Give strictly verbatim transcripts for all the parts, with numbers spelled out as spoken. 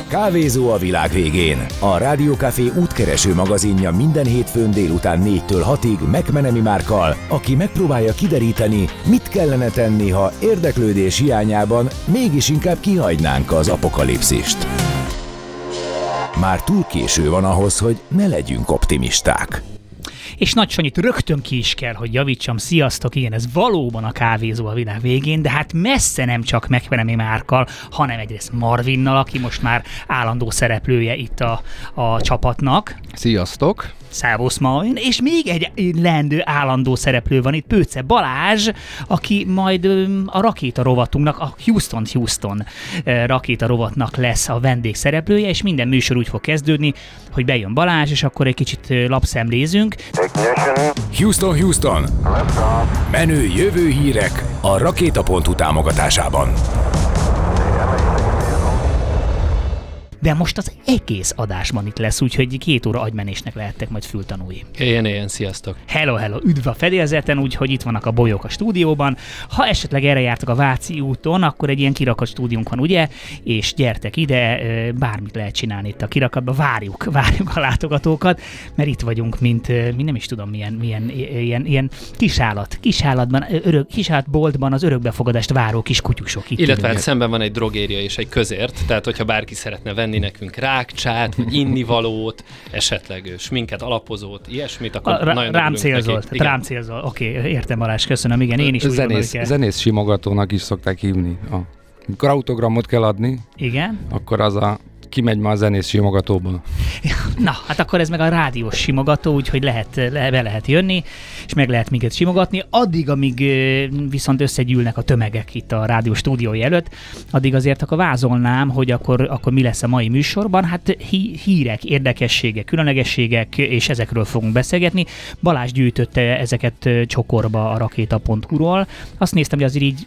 Kávézó a világ végén. A Rádiókafé útkereső magazinja minden hétfőn délután négytől hatig McMenemy Márkkal, aki megpróbálja kideríteni, mit kellene tenni, ha érdeklődés hiányában mégis inkább kihagynánk az apokalipszist. Már túl késő van ahhoz, hogy ne legyünk optimisták. És Nagy Sanyit rögtön ki is kell, hogy javítsam. Sziasztok, igen, ez valóban a Kávézó a világ végén, de hát messze nem csak McMenemy Márkkal, hanem egyrészt Marvinnal, aki most már állandó szereplője itt a, a csapatnak. Sziasztok! Szervusz Marvin, és még egy leendő állandó szereplő van itt, Pőce Balázs, aki majd a rakéta rovatunknak, a Houston Houston rakéta rovatnak lesz a vendégszereplője, és minden műsor úgy fog kezdődni, hogy bejön Balázs, és akkor egy kicsit lapszemlézünk. Houston, Houston! Menő jövő hírek a rakéta pont hu támogatásában. De most az egész adásban itt lesz, úgyhogy két óra agymenésnek lehettek majd fültanúi. Éljen, éljen, sziasztok! Hello, hello, üdv a fedélzeten, úgyhogy itt vannak a bolyók a stúdióban. Ha esetleg erre jártak a Váci úton, akkor egy ilyen kirakat stúdiónk van, ugye? És gyertek ide, bármit lehet csinálni itt a kirakatban, várjuk, várjuk a látogatókat, mert itt vagyunk, mint, mi nem is tudom, milyen, milyen ilyen, ilyen kisállat, kisállatban, örök, kisállatboltban az örökbefogadást váró kis kutyusok. Itt Illetve hát szemben van egy drogéria és egy közért, tehát hogyha bárki szeretne venni nekünk rákcsát, vagy innivalót, esetleg sminket, alapozót, ilyesmit, akkor a, nagyon rám célzolt, rám célzolt. Oké, okay, értem Balázs, köszönöm, igen, én is úgy zenész, gondolom, zenész simogatónak is szokták hívni. A, amikor autogramot kell adni, igen? Akkor az a kimegy ma a zenész simogatóba. Na, hát akkor ez meg a rádiós simogató, úgyhogy lehet, le, be lehet jönni, és meg lehet minket simogatni. Addig, amíg viszont összegyűlnek a tömegek itt a rádió stúdiói előtt, addig azért akkor vázolnám, hogy akkor, akkor mi lesz a mai műsorban. Hát hí, hírek, érdekességek, különlegességek, és ezekről fogunk beszélgetni. Balázs gyűjtötte ezeket csokorba a rakéta pont hu-ról. Azt néztem, hogy azért így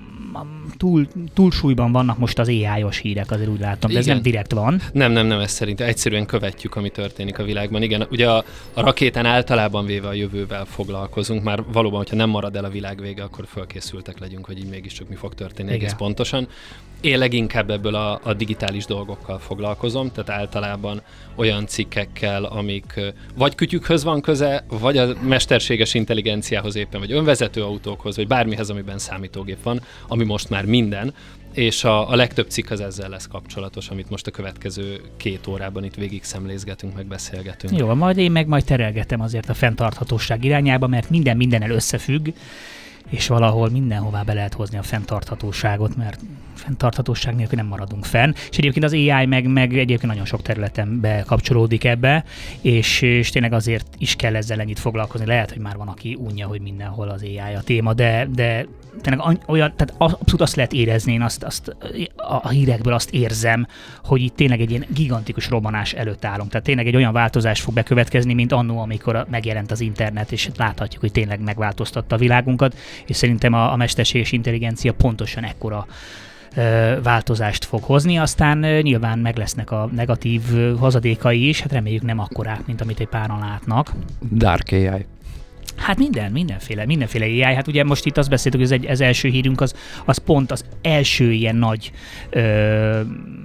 túl, túlsúlyban vannak most az á i-os hírek, azért úgy látom, de ez nem direkt van. Nem, nem, nem, ez szerintem egyszerűen követjük, ami történik a világban. Igen, ugye a, a rakétán általában véve a jövővel foglalkozunk, már valóban, hogyha nem marad el a világ vége, akkor fölkészültek legyünk, hogy így mégiscsak mi fog történni. Igen. Egész pontosan. Én leginkább ebből a, a digitális dolgokkal foglalkozom, tehát általában olyan cikkekkel, amik vagy kütyükhöz van köze, vagy a mesterséges intelligenciához éppen, vagy önvezető autókhoz, vagy bármihez, amiben számítógép van, ami most már minden, és a, a legtöbb cikk az ezzel lesz kapcsolatos, amit most a következő két órában itt végig szemlézgetünk, meg beszélgetünk. Jó, majd én meg majd terelgetem azért a fenntarthatóság irányába, mert minden mindennel összefügg, és valahol mindenhová be lehet hozni a fenntarthatóságot, mert fenntarthatóság nélkül nem maradunk fenn. És egyébként az á i meg, meg egyébként nagyon sok területen bekapcsolódik ebbe, és, és tényleg azért is kell ezzel ennyit foglalkozni. Lehet, hogy már van, aki unja, hogy mindenhol az á i a téma, de, de tényleg olyan, tehát abszolút azt lehet érezni, én azt, azt a hírekből azt érzem, hogy itt tényleg egy ilyen gigantikus robbanás előtt állunk. Tehát tényleg egy olyan változás fog bekövetkezni, mint annó, amikor megjelent az internet, és láthatjuk, hogy tényleg megváltoztatta a világunkat, és szerintem a, a mesterséges intelligencia pontosan ekkora ö, változást fog hozni. Aztán ö, nyilván meg lesznek a negatív ö, hozadékai is, hát reméljük nem akkorák, mint amit egy páran látnak. Dark á i. Hát minden, mindenféle, mindenféle á i. Hát ugye most itt azt beszéltük, hogy az, egy, az első hírünk az, az pont az első ilyen nagy ö,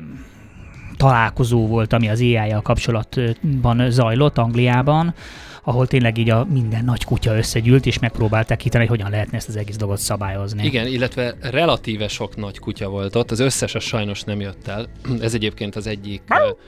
találkozó volt, ami az á i-jal kapcsolatban zajlott Angliában, ahol tényleg így a minden nagy kutya összegyűlt, és megpróbálták kitani, hogy hogyan lehetne ezt az egész dolgot szabályozni. Igen, illetve relatíve sok nagy kutya volt ott, az összes az sajnos nem jött el. Ez egyébként az egyik,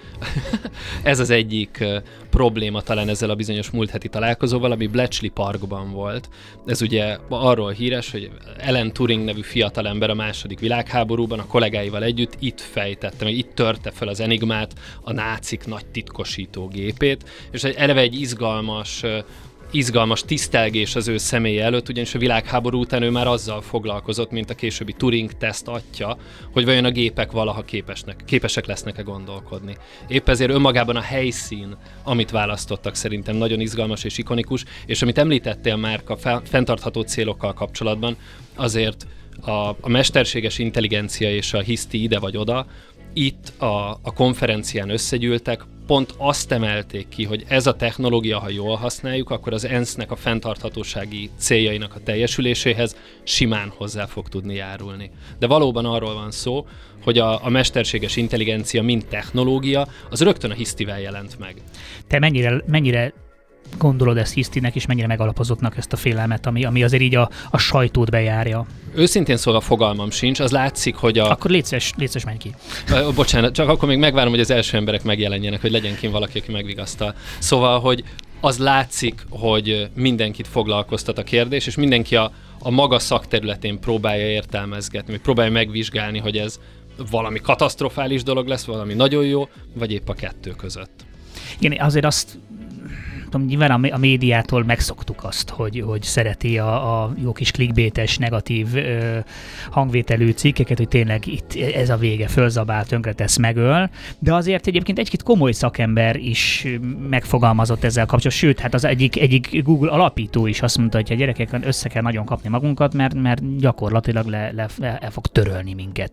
ez az egyik probléma talán ezzel a bizonyos múlt heti találkozóval, ami Bletchley Parkban volt. Ez ugye arról híres, hogy Alan Turing nevű fiatalember a második világháborúban a kollégáival együtt itt fejtette, meg itt törte fel az Enigmát, a nácik nagy titkosító gépét, és eleve egy izgalmas izgalmas tisztelgés az ő személye előtt, ugyanis a világháború után ő már azzal foglalkozott, mint a későbbi Turing-teszt atya, hogy vajon a gépek valaha képesnek, képesek lesznek-e gondolkodni. Épp ezért önmagában a helyszín, amit választottak, szerintem nagyon izgalmas és ikonikus, és amit említettél már a fenntartható célokkal kapcsolatban, azért a, a mesterséges intelligencia és a hiszti ide vagy oda, itt a, a konferencián összegyűltek, pont azt emelték ki, hogy ez a technológia, ha jól használjuk, akkor az ENSZ-nek a fenntarthatósági céljainak a teljesüléséhez simán hozzá fog tudni járulni. De valóban arról van szó, hogy a, a mesterséges intelligencia, mint technológia, az rögtön a hisztivel jelent meg. Te mennyire, mennyire gondolod ezt hisztinek, és mennyire megalapozottnak ezt a félelmet, ami, ami azért így a, a sajtót bejárja? Őszintén szólva fogalmam sincs, az látszik, hogy a... Akkor létszes, létszes menj ki. Ö, bocsánat, csak akkor még megvárom, hogy az első emberek megjelenjenek, hogy legyen kint valaki, aki megvigasztal. Szóval, hogy az látszik, hogy mindenkit foglalkoztat a kérdés, és mindenki a, a maga szakterületén próbálja értelmezgetni, vagy próbálja megvizsgálni, hogy ez valami katasztrofális dolog lesz, valami nagyon jó, vagy épp a kettő között. Igen, azért azt tudom, nyilván a médiától megszoktuk azt, hogy, hogy szereti a, a jó kis clickbaites, negatív ö, hangvételű cikkeket, hogy tényleg itt ez a vége, fölzabál, tönkretesz, megöl, de azért egyébként egy-két komoly szakember is megfogalmazott ezzel kapcsolatban, sőt, hát az egyik, egyik Google alapító is azt mondta, hogy a gyerekek össze kell nagyon kapni magunkat, mert, mert gyakorlatilag le, le, el fog törölni minket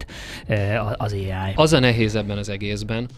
az á i. Az a nehéz ebben az egészben,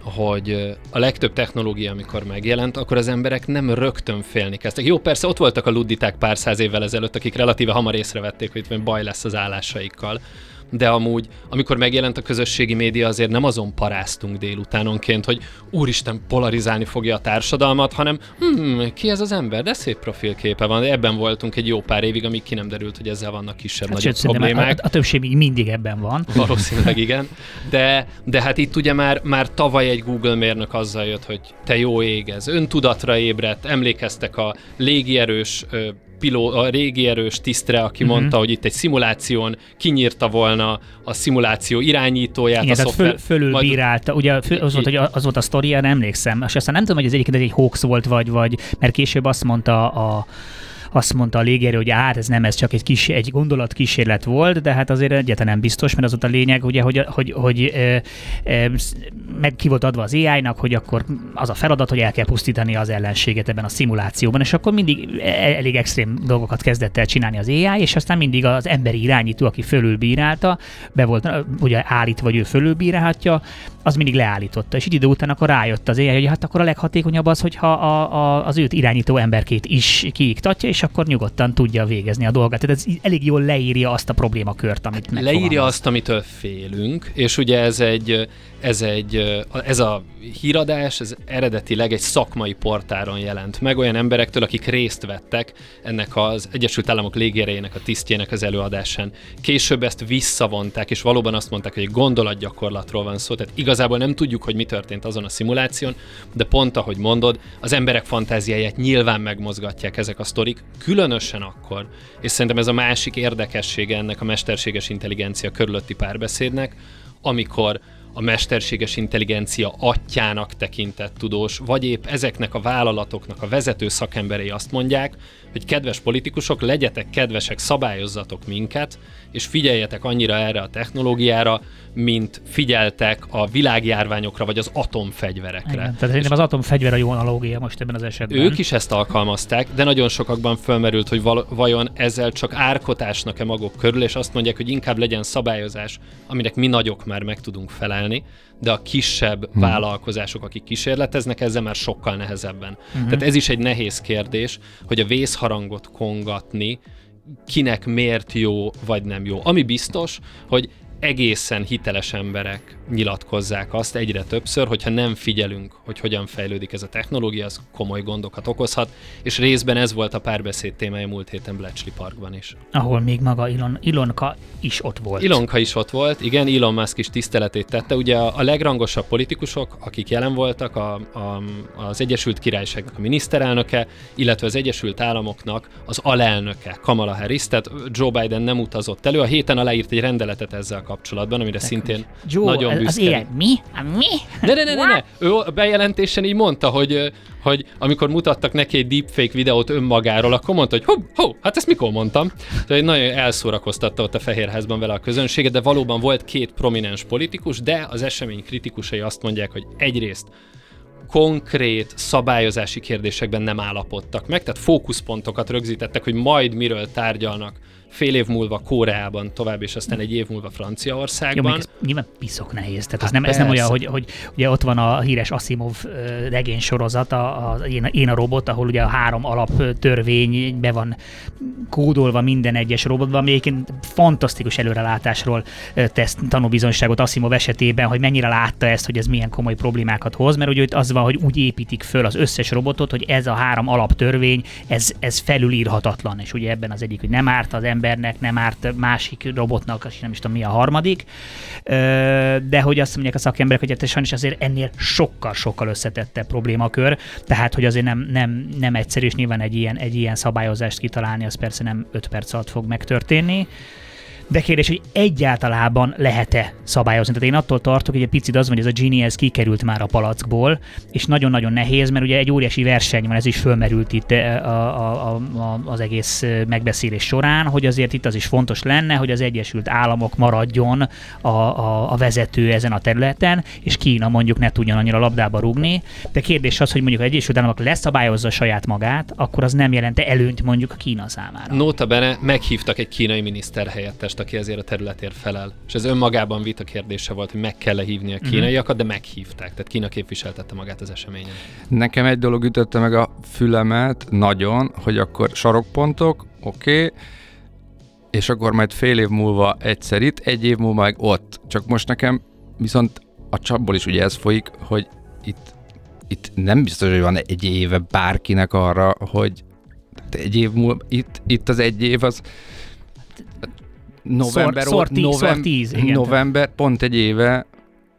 hogy a legtöbb technológia, amikor megjelent, akkor az emberek nem rögtön félni kezdtek. Jó, persze ott voltak a ludditák pár száz évvel ezelőtt, akik relatíve hamar észrevették, hogy itt baj lesz az állásaikkal. De amúgy, amikor megjelent a közösségi média, azért nem azon paráztunk délutánonként, hogy úristen, polarizálni fogja a társadalmat, hanem hmm, ki ez az ember, de szép profilképe van. Ebben voltunk egy jó pár évig, amíg ki nem derült, hogy ezzel vannak kisebb-nagyobb hát, problémák. A, a többség mindig ebben van. Valószínűleg igen. De, de hát itt ugye már, már tavaly egy Google mérnök azzal jött, hogy te jó ég, ez öntudatra ébredt, emlékeztek a légierős Piló, a régi erős tisztre, aki uh-huh. mondta, hogy itt egy szimuláción kinyírta volna a szimuláció irányítóját. Igen, a tehát föl, fölülbírálta. Majd... Ugye föl, az, volt, hogy az volt a sztoria, nem emlékszem. És aztán nem tudom, hogy ez egyébként egy hoax volt, vagy, vagy mert később azt mondta a azt mondta a légierő, hogy hát ez nem, ez csak egy, kis, egy gondolatkísérlet volt, de hát azért egyáltalán nem biztos, mert az ott a lényeg, ugye, hogy, hogy, hogy e, e, meg ki volt adva az á i-nak, hogy akkor az a feladat, hogy el kell pusztítani az ellenséget ebben a szimulációban, és akkor mindig elég extrém dolgokat kezdett el csinálni az á i, és aztán mindig az emberi irányító, aki fölülbírálta, be volt ugye állítva, vagy ő fölülbírálhatja, az mindig leállította, és így idő után akkor rájött az á i, hogy hát akkor a leghatékonyabb az, hogyha a, a, az őt irányító emberkét is kiiktatja, és akkor nyugodtan tudja végezni a dolgát. Tehát ez elég jól leírja azt a problémakört, amit megfogalmaz. Leírja azt, amitől félünk, és ugye ez egy, ez egy, ez a híradás, ez eredetileg egy szakmai portáron jelent meg olyan emberektől, akik részt vettek ennek az Egyesült Államok légierejének a tisztjének az előadásán. Később ezt visszavonták, és valóban azt mondták, hogy egy gondolatgyakorlatról van szó, tehát igazából nem tudjuk, hogy mi történt azon a szimuláción, de pont ahogy mondod, az emberek fantáziáját nyilván megmozgatják ezek a sztorik, különösen akkor, és szerintem ez a másik érdekessége ennek a mesterséges intelligencia körülötti párbeszédnek, amikor a mesterséges intelligencia atyának tekintett tudós, vagy épp ezeknek a vállalatoknak a vezető szakemberei azt mondják, hogy kedves politikusok, legyetek kedvesek, szabályozzatok minket, és figyeljetek annyira erre a technológiára, mint figyeltek a világjárványokra, vagy az atomfegyverekre. Igen, tehát szerintem az atomfegyver a jó analógia most ebben az esetben. Ők is ezt alkalmazták, de nagyon sokakban fölmerült, hogy val- vajon ezzel csak árkotásnak-e maguk körül, és azt mondják, hogy inkább legyen szabályozás, aminek mi nagyok már meg tudunk felelni, de a kisebb hmm. vállalkozások, akik kísérleteznek, ezzel már sokkal nehezebben. Hmm. Tehát ez is egy nehéz kérdés, hogy a vészharangot kongatni kinek miért jó, vagy nem jó. Ami biztos, hogy egészen hiteles emberek nyilatkozzák azt egyre többször, hogyha nem figyelünk, hogy hogyan fejlődik ez a technológia, az komoly gondokat okozhat, és részben ez volt a párbeszéd témája múlt héten Bletchley Parkban is. Ahol még maga Elon, Ilonka is ott volt. Ilonka is ott volt, igen, Elon Musk is tiszteletét tette. Ugye a, a legrangosabb politikusok, akik jelen voltak, a, a, az Egyesült Királyságnak a miniszterelnöke, illetve az Egyesült Államoknak az alelnöke, Kamala Harris, tehát Joe Biden nem utazott elő. A héten aláírt egy rendeletet ezzel kapcsolatban, amire de szintén Joe, nagyon büszke. Az éjjel, mi? A mi? Ne, ne, ne, ne, ne. Ő a bejelentésen így mondta, hogy, hogy amikor mutattak neki egy deepfake videót önmagáról, akkor mondta, hogy hú, hú, hát ezt mikor mondtam? Tehát nagyon elszórakoztatta ott a Fehérházban vele a közönséget, de valóban volt két prominens politikus, de az esemény kritikusai azt mondják, hogy egyrészt konkrét szabályozási kérdésekben nem állapodtak meg, tehát fókuszpontokat rögzítettek, hogy majd miről tárgyalnak fél év múlva Koreában tovább, és aztán egy év múlva Franciaországban. Jó, még ez nyilván piszok nehéz. Tehát hát ez, nem, ez nem olyan, hogy, hogy ugye ott van a híres Asimov regénysorozat, a, a, én a robot, ahol ugye a három alaptörvény be van kódolva minden egyes robotban, ami egyébként fantasztikus előrelátásról tesz tanúbizonyságot Asimov esetében, hogy mennyire látta ezt, hogy ez milyen komoly problémákat hoz, mert ugye itt az van, hogy úgy építik föl az összes robotot, hogy ez a három alaptörvény, ez, ez felülírhatatlan, és ugye ebben az egyik, hogy nem árt az embernek, nem árt másik robotnak, és nem is tudom mi a harmadik, de hogy azt mondják a szakemberek, hogy ez sajnos azért ennél sokkal-sokkal összetettebb problémakör, tehát hogy azért nem, nem, nem egyszerű, és nyilván egy ilyen, egy ilyen szabályozást kitalálni, az persze nem öt perc alatt fog megtörténni. De kérdés, hogy egyáltalában lehet-e szabályozni? Tehát én attól tartok, hogy egy picit az van, hogy ez a Genie ez kikerült már a palackból, és nagyon-nagyon nehéz, mert ugye egy óriási verseny van, ez is fölmerült itt a, a, a, az egész megbeszélés során, hogy azért itt az is fontos lenne, hogy az Egyesült Államok maradjon a, a, a vezető ezen a területen, és Kína mondjuk ne tudjon annyira labdába rúgni. De kérdés az, hogy mondjuk az Egyesült Államok leszabályozza saját magát, akkor az nem jelente előnyt mondjuk a Kína számára. Nota bene, meghívtak egy kínai miniszter helyettest, aki ezért a területért felel. És ez önmagában vita kérdése volt, hogy meg kell-e hívni a kínaiakat, de meghívták. Tehát Kína képviseltette magát az eseményen. Nekem egy dolog ütötte meg a fülemet nagyon, hogy akkor sarokpontok, oké, okay, és akkor majd fél év múlva egyszer itt, egy év múlva meg ott. Csak most nekem viszont a csapból is ugye ez folyik, hogy itt, itt nem biztos, hogy van egy éve bárkinek arra, hogy egy év múlva, itt, itt az egy év az november, szor, szor, tí, november, szor tíz, igen, november pont egy éve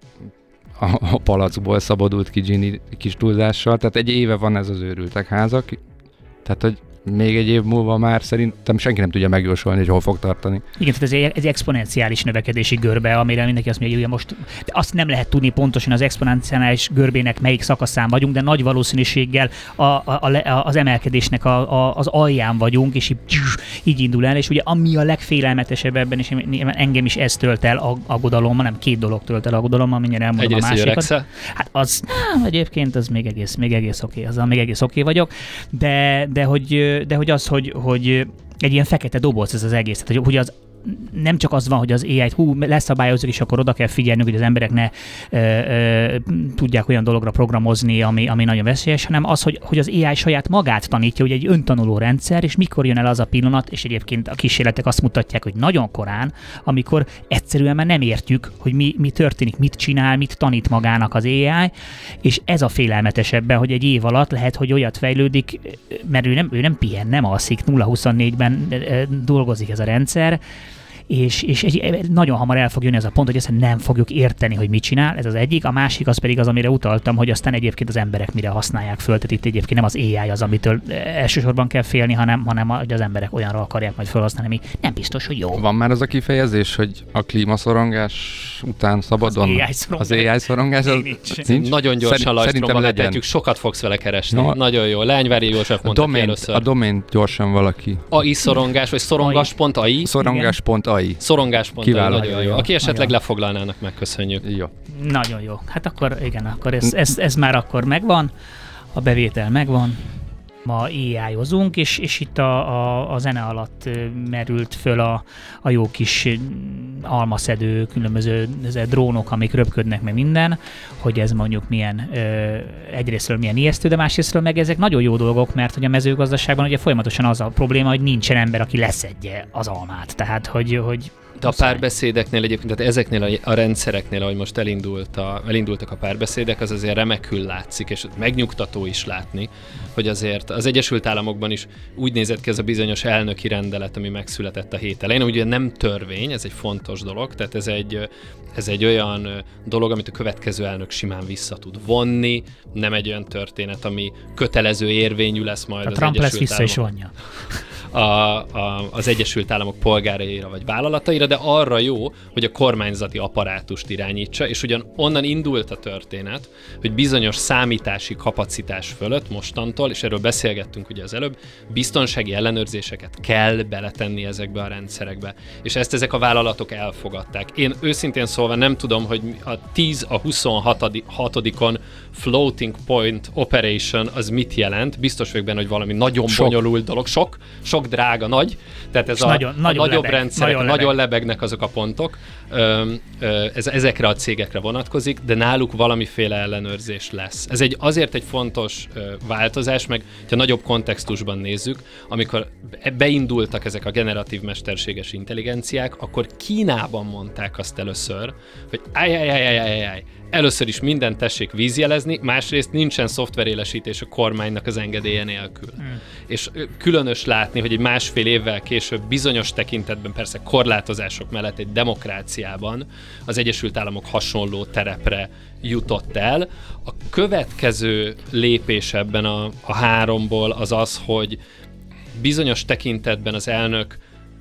a, a palackból szabadult ki Genie kis túlzással, tehát egy éve van ez az őrültek házak, tehát hogy még egy év múlva már szerintem senki nem tudja megjósolni, hogy hol fog tartani. Igen, tehát ez egy, ez egy exponenciális növekedési görbe, amire mindenki azt mondja, hogy most de azt nem lehet tudni pontosan az exponenciális görbének melyik szakaszán vagyunk, de nagy valószínűséggel a, a, a, az emelkedésnek a, a, az alján vagyunk, és így, így indul el, és ugye ami a legfélelmetesebb ebben, és engem is ez tölt el aggodalommal, nem két dolog tölt el aggodalommal, mindjárt elmondom egyrészt a másikat. Egyrészt, hát az nem, egyébként az még egész, még egész oké, azzal még egész oké vagyok, de, de hogy de hogy az, hogy, hogy egy ilyen fekete doboz ez az egész, tehát, hogy, hogy az nem csak az van, hogy az á í-t hú, leszabályozzuk, és akkor oda kell figyelnünk, hogy az emberek ne ö, ö, tudják olyan dologra programozni, ami, ami nagyon veszélyes, hanem az, hogy, hogy az á í saját magát tanítja, hogy egy öntanuló rendszer, és mikor jön el az a pillanat, és egyébként a kísérletek azt mutatják, hogy nagyon korán, amikor egyszerűen már nem értjük, hogy mi, mi történik, mit csinál, mit tanít magának az á í, és ez a félelmetes ebben, hogy egy év alatt lehet, hogy olyat fejlődik, mert ő nem, ő nem pihen, nem alszik, nulla huszonnégyben dolgozik ez a rendszer, és, és egy, nagyon hamar el fog jönni az a pont, hogy ezt nem fogjuk érteni, hogy mit csinál, ez az egyik, a másik az pedig az, amire utaltam, hogy aztán egyébként az emberek mire használják föl, tehát itt egyébként nem az á í az, amitől elsősorban kell félni, hanem, hanem hogy az emberek olyanra akarják majd felhasználni, ami nem biztos, hogy jó. Van már az a kifejezés, hogy a klímaszorongás után szabadon? Az á í szorongás. Az á í szorongás az nincs. nincs? Nagyon gyorsan lajstromba letetjük, sokat fogsz vele keresni. No. Nagyon jó. Leányvári József mondta ki először. A domain gyorsan valaki. á í szorongás, vagy szorongas.ai? Szorongás.ai. Szorongás.ai. Nagyon, nagyon jó. Aki esetleg nagyon. lefoglalnának, megköszönjük. Jó. Nagyon jó. Hát akkor igen, akkor ez, ez, ez már akkor megvan, a bevétel megvan. Ma á í-ozunk, és, és itt a, a, a zene alatt merült föl a, a jó kis almaszedő, különböző drónok, amik röpködnek meg minden, hogy ez mondjuk milyen, ö, egyrésztről milyen ijesztő, de másrésztről meg ezek nagyon jó dolgok, mert hogy a mezőgazdaságban ugye folyamatosan az a probléma, hogy nincsen ember, aki leszedje az almát. Tehát, hogy, hogy de a párbeszédeknél egyébként, tehát ezeknél a, a rendszereknél, ahogy most elindult a, elindultak a párbeszédek, az azért remekül látszik, és megnyugtató is látni, hogy azért az Egyesült Államokban is úgy nézett ki ez a bizonyos elnöki rendelet, ami megszületett a hét elején. Ugye nem törvény, ez egy fontos dolog, tehát ez egy, ez egy olyan dolog, amit a következő elnök simán vissza tud vonni, nem egy olyan történet, ami kötelező érvényű lesz majd a az Trump Egyesült lesz vissza Államok. is vonja. A, a, az Egyesült Államok polgáraira vagy vállalataira, de arra jó, hogy a kormányzati apparátust irányítsa, és ugyan onnan indult a történet, hogy bizonyos számítási kapacitás fölött mostantól, és erről beszélgettünk ugye az előbb, biztonsági ellenőrzéseket kell beletenni ezekbe a rendszerekbe. És ezt ezek a vállalatok elfogadták. Én őszintén szólva nem tudom, hogy a tíz a huszonhatodikon floating point operation az mit jelent. Biztos vagyok benne, hogy valami nagyon sok. bonyolult dolog. Sok, sok drága, nagy. Tehát ez a, nagyon, a nagyobb lebeg, rendszerek, nagyon, nagyon lebegnek azok a pontok. Ö, ö, ez, ezekre a cégekre vonatkozik, de náluk valamiféle ellenőrzés lesz. Ez egy, azért egy fontos ö, változás, meg ha nagyobb kontextusban nézzük, amikor beindultak ezek a generatív mesterséges intelligenciák, akkor Kínában mondták azt először, hogy ájjájjájjájjájjáj, először is mindent tessék vízjelezni, másrészt nincsen szoftverélesítés a kormánynak az engedélye nélkül. Hmm. És különös látni, hogy egy másfél évvel később bizonyos tekintetben persze korlátozások mellett egy demokráciában az Egyesült Államok hasonló terepre jutott el. A következő lépés ebben a, a háromból az az, hogy bizonyos tekintetben az elnök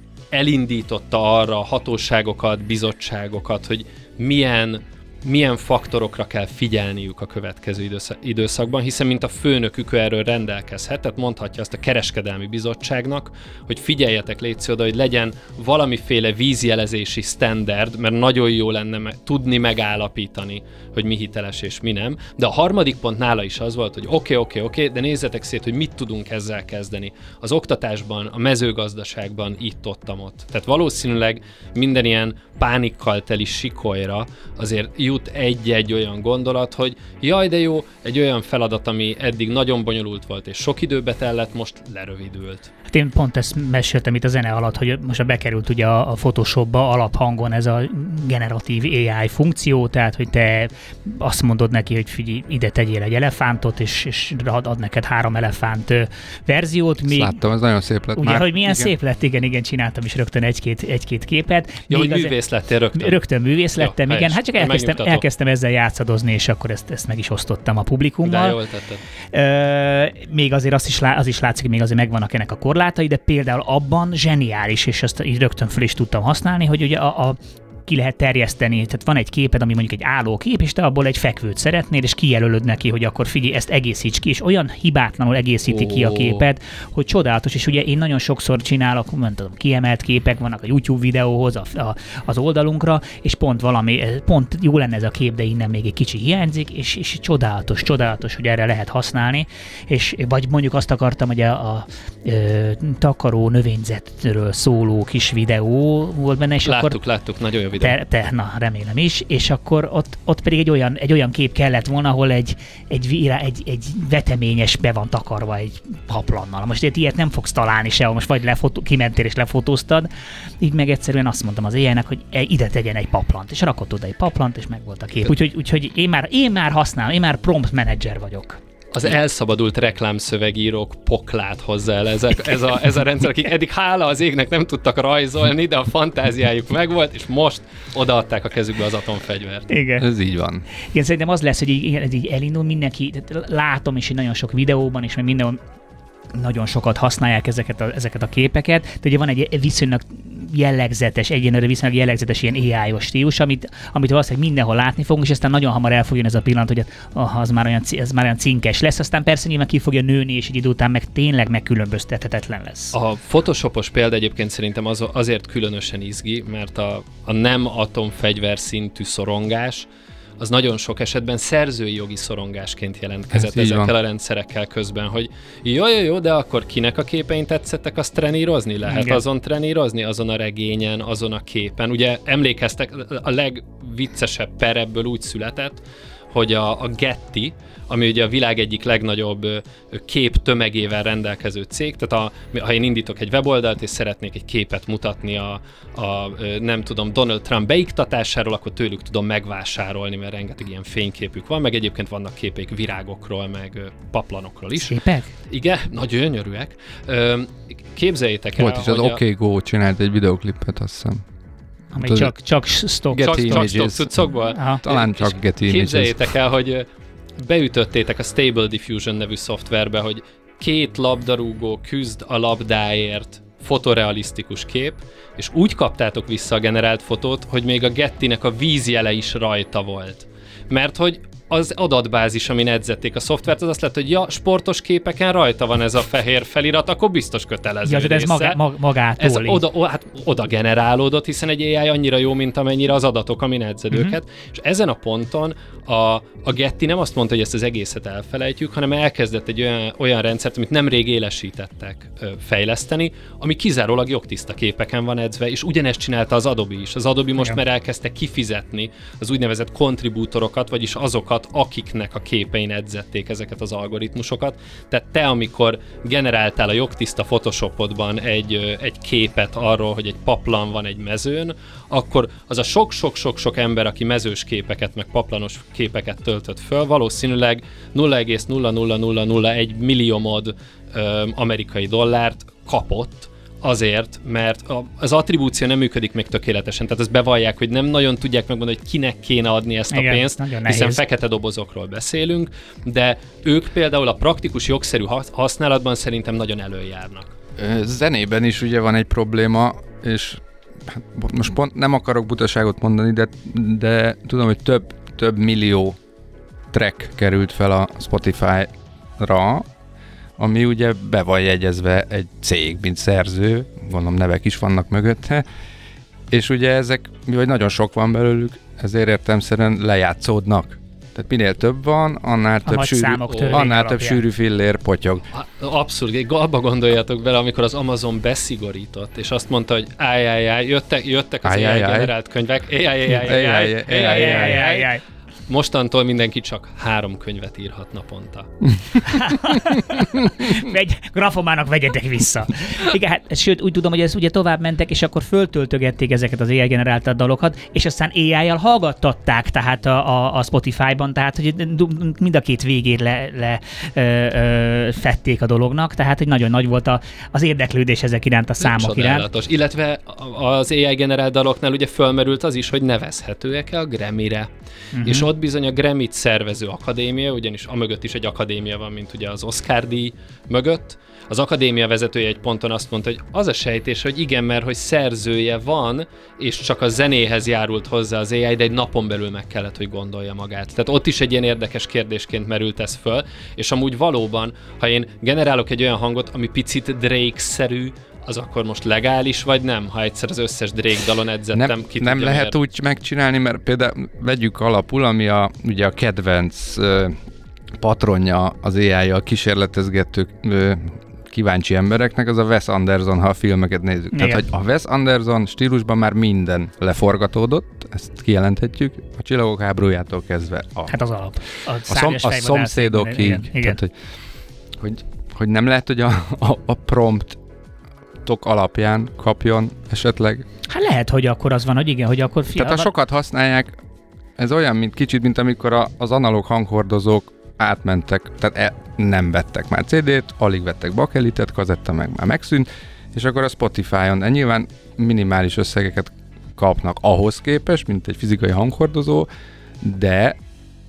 elindította arra a hatóságokat, bizottságokat, hogy milyen milyen faktorokra kell figyelniük a következő időszakban, hiszen mint a főnökük erről rendelkezhet, tehát mondhatja azt a kereskedelmi bizottságnak, hogy figyeljetek, légy oda, hogy legyen valamiféle vízjelezési standard, mert nagyon jó lenne me- tudni megállapítani, hogy mi hiteles és mi nem. De a harmadik pont nála is az volt, hogy oké, oké, oké, de nézzetek szét, hogy mit tudunk ezzel kezdeni. Az oktatásban, a mezőgazdaságban, itt, ott, ott. Tehát valószínűleg minden ilyen pánikkal teli sikolyra azért jut egy-egy olyan gondolat, hogy jaj, de jó, egy olyan feladat, ami eddig nagyon bonyolult volt, és sok időbe tellett, most lerövidült. Hát én pont ezt meséltem itt a zene alatt, hogy most bekerült ugye a, a Photoshopba alaphangon ez a generatív á i funkció, tehát hogy te azt mondod neki, hogy figyelj, ide tegyél egy elefántot, és, és ad, ad neked három elefánt verziót. Még, láttam, ez nagyon szép lett ugye, már. hogy milyen igen. szép lett, igen, igen, csináltam is rögtön egy-két, egy-két képet. Jó, hogy művész lettél rögtön. Rögtön művész lettem, jó, igen. Hát csak elkezdtem, elkezdtem ezzel játszadozni, és akkor ezt, ezt meg is osztottam a publikummal. De jól tetted. Uh, még azért azt is, lá, az is látszik, hogy még azért megvannak ennek a korlátai, de például abban zseniális, és ezt így rögtön föl is tudtam használni, hogy ugye a, a ki lehet terjeszteni, tehát van egy képed, ami mondjuk egy állókép, és te abból egy fekvőt szeretnél, és kijelölöd neki, hogy akkor figyelj, ezt egészíts ki, és olyan hibátlanul egészíti oh. ki a képet, hogy csodálatos, és ugye én nagyon sokszor csinálok, nem tudom, kiemelt képek vannak a YouTube videóhoz, a, a, az oldalunkra, és pont valami, pont jó lenne ez a kép, de innen még egy kicsi hiányzik, és, és csodálatos, csodálatos, hogy erre lehet használni, és vagy mondjuk azt akartam, hogy a, a, a takaró növényzetről szóló kis videó volt benne, és láttuk, akkor... láttuk, nagyon jó. Te, te, na, remélem is, és akkor ott, ott pedig egy olyan, egy olyan kép kellett volna, ahol egy, egy, egy, egy veteményes be van takarva egy paplannal. Most ilyet nem fogsz találni sehol, most vagy lefotó, kimentél és lefotóztad, így meg egyszerűen azt mondtam az á i-nek, hogy ide tegyen egy paplant, és rakott oda egy paplant, és meg volt a kép. Úgyhogy, úgyhogy én, már, én már használom, én már prompt manager vagyok. Az elszabadult reklámszövegírók poklát hozzá el ez a, ez, a, ez a rendszer, akik eddig hála az égnek nem tudtak rajzolni, de a fantáziájuk megvolt, és most odaadták a kezükbe az atomfegyvert. Igen. Ez így van. Igen, szerintem az lesz, hogy így, ez így elindul mindenki, látom is, hogy nagyon sok videóban, és meg minden nagyon sokat használják ezeket a, ezeket a képeket, de ugye van egy viszonylag jellegzetes, egyenlőre viszonylag jellegzetes ilyen á i-os stílus, amit, amit valószínűleg mindenhol látni fogunk, és aztán nagyon hamar el fog jönni ez a pillanat, hogy ah, az már olyan, ez már olyan cinkes lesz, aztán persze nyilván ki fogja nőni, és egy idő után meg tényleg megkülönböztethetetlen lesz. A Photoshopos példa egyébként szerintem az, azért különösen izgi, mert a, a nem atomfegyver szintű szorongás az nagyon sok esetben szerzői jogi szorongásként jelentkezett ez ezekkel a rendszerekkel közben, hogy jó, jó, jó, de akkor kinek a képein tetszettek, azt trenírozni lehet? Igen. Azon trenírozni, azon a regényen, azon a képen. Ugye emlékeztek, a legviccesebb per ebből úgy született, hogy a, a Getty, ami ugye a világ egyik legnagyobb kép tömegével rendelkező cég, tehát a, ha én indítok egy weboldalt, és szeretnék egy képet mutatni a, a nem tudom, Donald Trump beiktatásáról, akkor tőlük tudom megvásárolni, mert rengeteg ilyen fényképük van, meg egyébként vannak képeik virágokról, meg paplanokról is. Szépek? Igen, nagyon gyönyörűek. Képzeljétek el, volt is az a... OK Go csinált egy videoklipet, azt hiszem. Ami csak, csak stock. Getty csak, Images. csak stock cuccokból? Talán csak Getty Images. Képzeljétek el, hogy beütöttétek a Stable Diffusion nevű szoftverbe, hogy két labdarúgó küzd a labdáért fotorealisztikus kép, és úgy kaptátok vissza a generált fotót, hogy még a Getty-nek a vízjele is rajta volt. Mert hogy az adatbázis, amin edzették a szoftvert, az azt lett, hogy ja, sportos képeken rajta van ez a fehér felirat, akkor biztos kötelező ja, ez maga, mag, magától. Ez oda, o, hát oda generálódott, hiszen egy á i annyira jó, mint amennyire az adatok, amin edzed uh-huh. őket. És ezen a ponton a, a Getty nem azt mondta, hogy ezt az egészet elfelejtjük, hanem elkezdett egy olyan, olyan rendszert, amit nemrég élesítettek ö, fejleszteni, ami kizárólag jogtiszta képeken van edzve, és ugyanezt csinálta az Adobe is. Az Adobe most Igen. már elkezdte kifizetni az úgynevezett kontribútorokat, vagyis azokat, akiknek a képein edzették ezeket az algoritmusokat. Tehát te, amikor generáltál a jogtiszta Photoshopodban egy, egy képet arról, hogy egy paplan van egy mezőn, akkor az a sok-sok-sok-sok ember, aki mezős képeket, meg paplanos képeket töltött föl, valószínűleg nulla egész nulla nulla nulla nulla egy milliómod ö, amerikai dollárt kapott, azért, mert az attribúció nem működik még tökéletesen, tehát ezt bevallják, hogy nem nagyon tudják megmondani, hogy kinek kéne adni ezt a Igen, pénzt, hiszen fekete dobozokról beszélünk, de ők például a praktikus jogszerű használatban szerintem nagyon előjárnak. Zenében is ugye van egy probléma, és hát most pont nem akarok butaságot mondani, de, de tudom, hogy több, több millió track került fel a Spotify-ra, ami ugye be van jegyezve egy cég, mint szerző, gondolom nevek is vannak mögötte, és ugye ezek, mivel nagyon sok van belőlük, ezért értelemszerűen lejátszódnak. Tehát minél több van, annál, több sűrű, annál több sűrű fillér potyog. Abszolút, abba gondoljatok bele, amikor az Amazon beszigorított, és azt mondta, hogy ájjájjáj, jöttek, jöttek az á i generált könyvek, ájjájjáj, mostantól mindenki csak három könyvet írhat naponta. Vegy, grafomának vegyetek vissza. Igen, hát, sőt, úgy tudom, hogy ez ugye tovább mentek, és akkor föltöltögették ezeket az á i generáltat dalokat, és aztán á i-jal hallgattatták tehát a, a, a Spotify-ban, tehát hogy mind a két végét le, le ö, ö, fették a dolognak, tehát hogy nagyon nagy volt a, az érdeklődés ezek iránt, a számok iránt. Illetve az á i generált daloknál ugye fölmerült az is, hogy nevezhetőek-e a Grammy-re. Uh-huh. És ott bizony a Grammy-t szervező akadémia, ugyanis amögött is egy akadémia van, mint ugye az Oscar-díj mögött. Az akadémia vezetője egy ponton azt mondta, hogy az a sejtés, hogy igen, mert hogy szerzője van, és csak a zenéhez járult hozzá az á i, de egy napon belül meg kellett, hogy gondolja magát. Tehát ott is egy ilyen érdekes kérdésként merült ez föl, és amúgy valóban, ha én generálok egy olyan hangot, ami picit Drake-szerű, az akkor most legális, vagy nem? Ha egyszer az összes Drake dalon edzettem, nem, ki nem tudja, lehet miért? úgy megcsinálni, mert például vegyük alapul, ami a, ugye a kedvenc uh, patronja az á i-jal kísérletezgető uh, kíváncsi embereknek, az a Wes Anderson, ha a filmeket nézzük. Igen. Tehát, hogy a Wes Anderson stílusban már minden leforgatódott, ezt kijelenthetjük, a Csillagok háborújától kezdve. A, hát az alap. A, a, szom, a szomszédokig. Igen, igen. Tehát, hogy, hogy, hogy nem lehet, hogy a, a, a prompt alapján kapjon esetleg. Hát lehet, hogy akkor az van, hogy igen, hogy akkor... Fia, Tehát ha sokat használják, ez olyan, mint kicsit, mint amikor a, az analóg hanghordozók átmentek, tehát e, nem vettek már cé dét, alig vettek bakelitet, kazetta meg már megszűnt, és akkor a Spotify-on e, nyilván minimális összegeket kapnak ahhoz képest, mint egy fizikai hanghordozó, de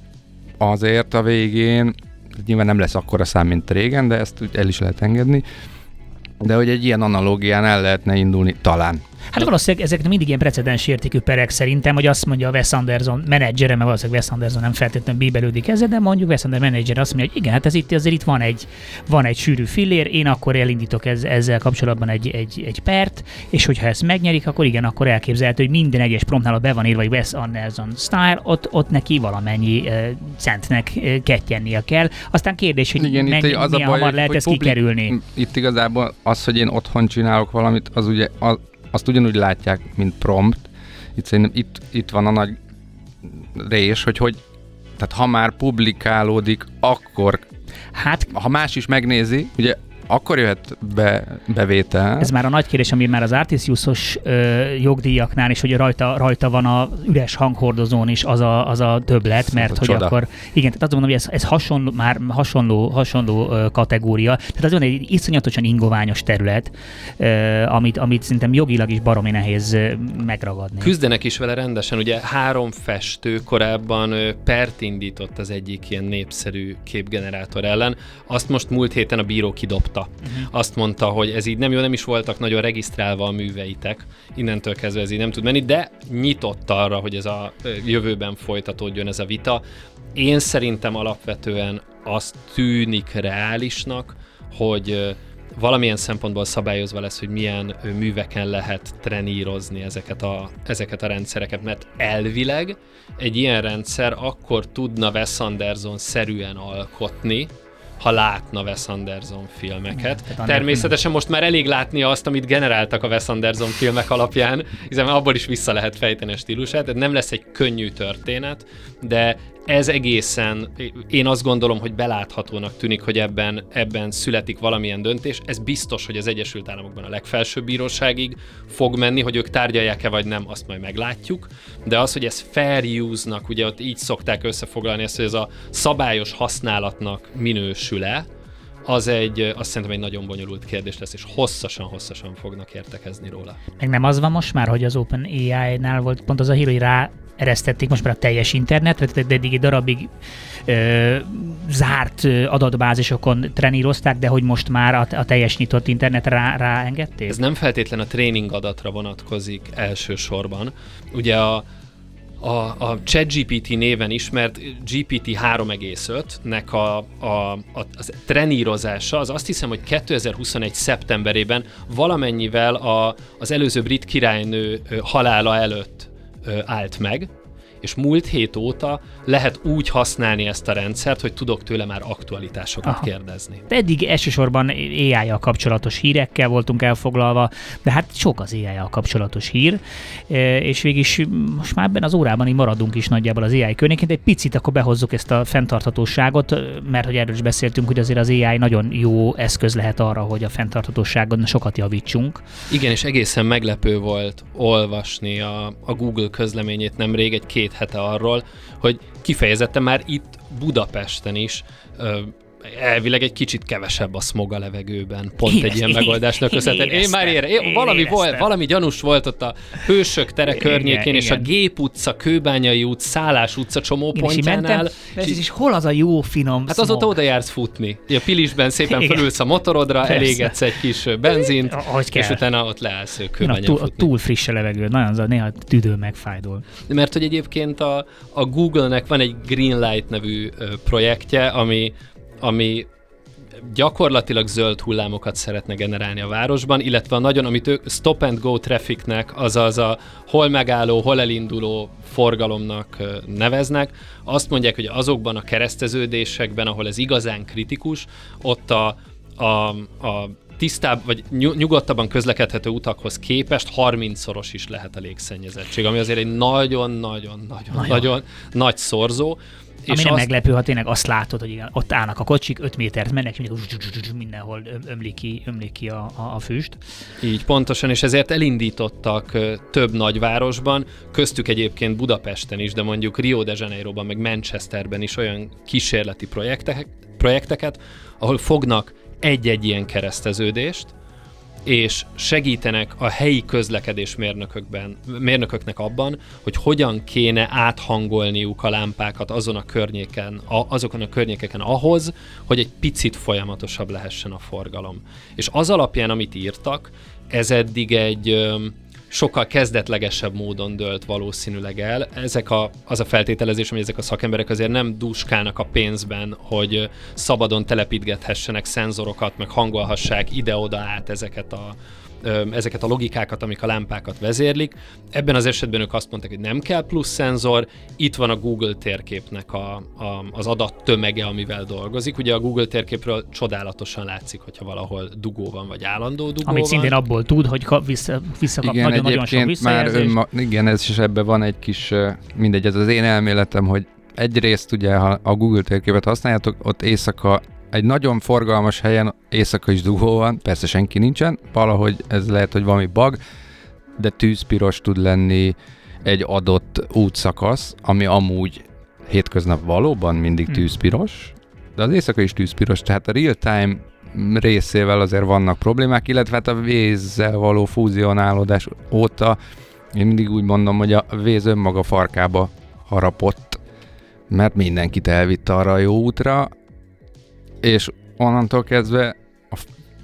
azért a végén nyilván nem lesz akkora szám, mint régen, de ezt el is lehet engedni. De hogy egy ilyen analógián el lehetne indulni, talán. Hát valószínűleg ezek mindig ilyen precedens értékű perek szerintem, hogy azt mondja a Wes Anderson menedzsere, mert valószínűleg Wes Anderson nem feltétlenül bíbelődik ezzel, de mondjuk Wes Anderson menedzsere azt mondja, hogy igen, hát ez itt azért itt van egy, van egy sűrű fillér, én akkor elindítok ez, ezzel kapcsolatban egy, egy, egy pert, és hogyha ezt megnyerik, akkor igen, akkor elképzelhető, hogy minden egyes promptnál be van írva, hogy Wes Anderson style, ott, ott neki valamennyi uh, centnek uh, kettyennie kell. Aztán kérdés, hogy igen, mennyi, az milyen baj, hamar lehet ezt publik, kikerülni. Itt igazából az, hogy én otthon csinálok valamit, az ugye az, azt ugyanúgy látják, mint prompt. Itt szerintem itt, itt van a nagy rés, hogy, hogy tehát ha már publikálódik, akkor hát, ha más is megnézi, ugye akkor jöhet be, bevétel. Ez már a nagy kérdés, ami már az Artis Use-os ö, jogdíjaknál is, hogy rajta, rajta van az üres hanghordozón is az a, az a többlet, mert a hogy csoda. Akkor, igen, tehát azt mondom, hogy ez, ez hasonló, már hasonló, hasonló ö, kategória, tehát az olyan egy iszonyatosan ingoványos terület, ö, amit, amit szerintem jogilag is baromi nehéz ö, megragadni. Küzdenek is vele rendesen, ugye három festő korábban ö, pert indított az egyik ilyen népszerű képgenerátor ellen, azt most múlt héten a bíró kidobta. tiltotta. Uh-huh. Azt mondta, hogy ez így nem jó, nem is voltak nagyon regisztrálva a műveitek, innentől kezdve ez így nem tud menni, de nyitott arra, hogy ez a jövőben folytatódjon ez a vita. Én szerintem alapvetően azt tűnik reálisnak, hogy valamilyen szempontból szabályozva lesz, hogy milyen műveken lehet trenírozni ezeket a, ezeket a rendszereket, mert elvileg egy ilyen rendszer akkor tudna Wes Anderson-szerűen alkotni, ha látna Wes Anderson filmeket. Ja, Természetesen most már elég látni azt, amit generáltak a Wes Anderson filmek alapján, hiszen abból is vissza lehet fejteni a stílusát, tehát nem lesz egy könnyű történet, de ez egészen, én azt gondolom, hogy beláthatónak tűnik, hogy ebben, ebben születik valamilyen döntés. Ez biztos, hogy az Egyesült Államokban a legfelsőbb bíróságig fog menni, hogy ők tárgyalják-e vagy nem, azt majd meglátjuk. De az, hogy ez fair use-nak, ugye ott így szokták összefoglalni ezt, hogy ez a szabályos használatnak minősül-e, az egy, azt szerintem egy nagyon bonyolult kérdés lesz, és hosszasan-hosszasan fognak értekezni róla. Meg nem az van most már, hogy az OpenAI-nál volt pont az a hír, hogy rá eresztették most már a teljes internetre, tehát eddig egy darabig ö, zárt adatbázisokon trenírozták, de hogy most már a, a teljes nyitott internetre rá, ráengedték? Ez nem feltétlen a tréning adatra vonatkozik elsősorban. Ugye a A, a ChatGPT néven ismert gé pé té három egész ötnek a, a, a, a trenírozása, az azt hiszem, hogy kétezer-huszonegy szeptemberében valamennyivel a, az előző brit királynő halála előtt állt meg, és múlt hét óta lehet úgy használni ezt a rendszert, hogy tudok tőle már aktualitásokat Aha. kérdezni. De eddig elsősorban á í-jal kapcsolatos hírekkel voltunk elfoglalva, de hát sok az á í-jal kapcsolatos hír, és végig most már ebben az órában így maradunk is nagyjából az á í környékén, de egy picit akkor behozzuk ezt a fenntarthatóságot, mert hogy erről is beszéltünk, hogy azért az á í nagyon jó eszköz lehet arra, hogy a fenntarthatóságon sokat javítsunk. Igen, és egészen meglepő volt olvasni a, a Google közleményét nemrég egy két hete arról, hogy kifejezetten már itt Budapesten is ö, elvileg egy kicsit kevesebb a smog a levegőben, pont Érez, egy ilyen megoldásnak köszönhetően. Én már ére, én, valami, volt, valami gyanús volt ott a Hősök tere környékén, igen, és igen. a Gép utca, Kőbányai út, Szálás utca csomópontjánál. És, és, és hol az a jó finom Hát smog? azóta oda jársz futni. A Pilisben szépen fölülsz a motorodra, persze. elégetsz egy kis benzint, és utána ott leállsz Kőbányán túl, futni. Túl friss a levegő, nagyon az a néha tüdő megfájdul. Mert hogy egyébként a, a Google-nek van egy Greenlight nevű ö, projektje, ami ami gyakorlatilag zöld hullámokat szeretne generálni a városban, illetve a nagyon, amit ők stop and go trafficnek, azaz a hol megálló, hol elinduló forgalomnak neveznek. Azt mondják, hogy azokban a kereszteződésekben, ahol ez igazán kritikus, ott a, a, a tisztább, vagy nyugodtabban közlekedhető utakhoz képest harmincszoros is lehet a légszennyezettség, ami azért egy nagyon-nagyon-nagyon nagy szorzó. Ami nem azt... meglepő, ha tényleg azt látod, hogy igen, ott állnak a kocsik, öt métert mennek, mindenhol ömlik ki, ömlik ki a, a, a füst. Így pontosan, és ezért elindítottak több nagyvárosban, köztük egyébként Budapesten is, de mondjuk Rio de Janeiroban, meg Manchesterben is olyan kísérleti projektek, projekteket, ahol fognak egy-egy ilyen kereszteződést, és segítenek a helyi közlekedésmérnökökben, mérnököknek abban, hogy hogyan kéne áthangolniuk a lámpákat azon a környéken, a, azokon a környékeken ahhoz, hogy egy picit folyamatosabb lehessen a forgalom. És az alapján, amit írtak, ez eddig egy ö, sokkal kezdetlegesebb módon dőlt valószínűleg el. Ezek a, az a feltételezés, hogy ezek a szakemberek azért nem dúskálnak a pénzben, hogy szabadon telepítgethessenek szenzorokat, meg hangolhassák ide-oda át ezeket a, ezeket a logikákat, amik a lámpákat vezérlik. Ebben az esetben ők azt mondták, hogy nem kell plusz szenzor, itt van a Google térképnek a, a, az adattömege, amivel dolgozik. Ugye a Google térképről csodálatosan látszik, hogyha valahol dugó van, vagy állandó dugó Amit van. szintén abból tud, hogy vissza, visszakap igen, nagyon-nagyon sok visszajelzést. Önma, igen, ez is ebben van egy kis, mindegy, ez az én elméletem, hogy egyrészt ugye, ha a Google térképet használjátok, ott éjszaka egy nagyon forgalmas helyen éjszaka is dugó van, persze senki nincsen, valahogy ez lehet, hogy valami bug, de tűzpiros tud lenni egy adott útszakasz, ami amúgy hétköznap valóban mindig tűzpiros, de az éjszaka is tűzpiros, tehát a real-time részével azért vannak problémák, illetve hát a vízzel való fúzionálódás óta én mindig úgy mondom, hogy a víz önmaga farkába harapott, mert mindenkit elvitt arra a jó útra, és onnantól kezdve a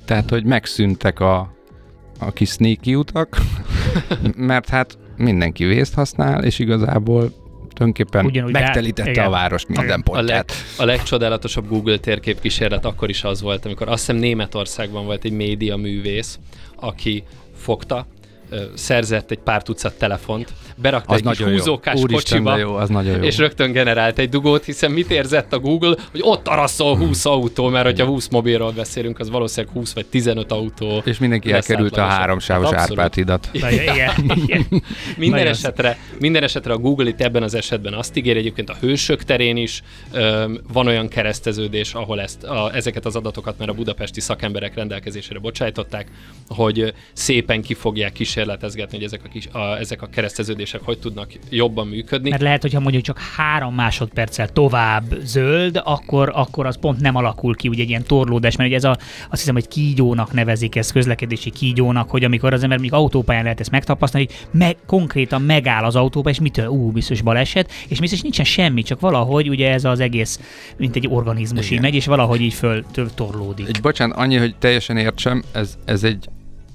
Tehát, hogy megszűntek a, a kis sneaky utak, mert hát mindenki vészt használ, és igazából tulajdonképpen Ugyanúgy megtelítette rá, a város minden A, leg, pontját. a legcsodálatosabb Google térképkísérlet akkor is az volt, amikor azt hiszem Németországban volt egy média művész, aki fogta, szerzett egy pár tucat telefont, berakta Az egy kis nagyon jó. húzókás Úristen, kocsiba, de jó, az nagyon jó. és rögtön generált egy dugót, hiszen mit érzett a Google, hogy ott araszol húsz autó, mert hogyha húsz mobilról beszélünk, az valószínűleg húsz vagy tizenöt autó. És mindenki elkerült a háromsávos Hát Árpád hidat. Igen, igen. Minden Nagyon esetre, minden esetre a Google itt ebben az esetben azt ígér, egyébként a Hősök terén is öm, van olyan kereszteződés, ahol ezt, a, ezeket az adatokat már a budapesti szakemberek rendelkezésére bocsájtották, hogy szépen ki fogják kísérletezgetni, hogy ezek a, kis, a, ezek a kereszteződések hogy tudnak jobban működni. Mert lehet, hogyha mondjuk csak három másodperccel tovább zöld, akkor, akkor az pont nem alakul ki, ugye egy ilyen torlódás, mert ugye ez a, azt hiszem, hogy kígyónak nevezik ezt, közlekedési kígyónak, hogy amikor az ember mondjuk autópályán lehet ezt megtapasztalni, hogy meg, konkrétan megáll az autópálya, és mitől? Ú, biztos baleset, és biztos nincsen semmi, csak valahogy ugye ez az egész, mint egy organizmus így megy, és valahogy így föl torlódik. Egy, bocsánat, annyi, hogy teljesen értsem, ez, ez egy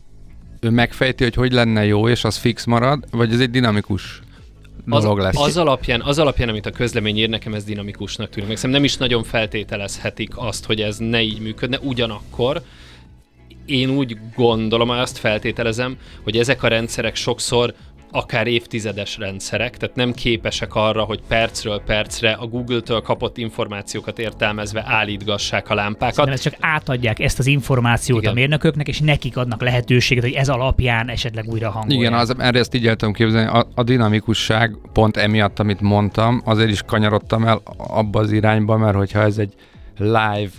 ő megfejti, hogy hogy lenne jó, és az fix marad, vagy ez egy dinamikus az, dolog lesz? Az alapján, az alapján, amit a közlemény ír, nekem ez dinamikusnak tűnik. Meg nem is nagyon feltételezhetik azt, hogy ez ne így működne. Ugyanakkor én úgy gondolom, azt feltételezem, hogy ezek a rendszerek sokszor akár évtizedes rendszerek, tehát nem képesek arra, hogy percről percre a Google-től kapott információkat értelmezve állítgassák a lámpákat. Szerintem ezt csak átadják ezt az információt Igen. a mérnököknek, és nekik adnak lehetőséget, hogy ez alapján esetleg újra hangolják. Igen, az, erre ezt így el tudom képzelni. A, a dinamikusság pont emiatt, amit mondtam, azért is kanyarodtam el abba az irányba, mert hogyha ez egy live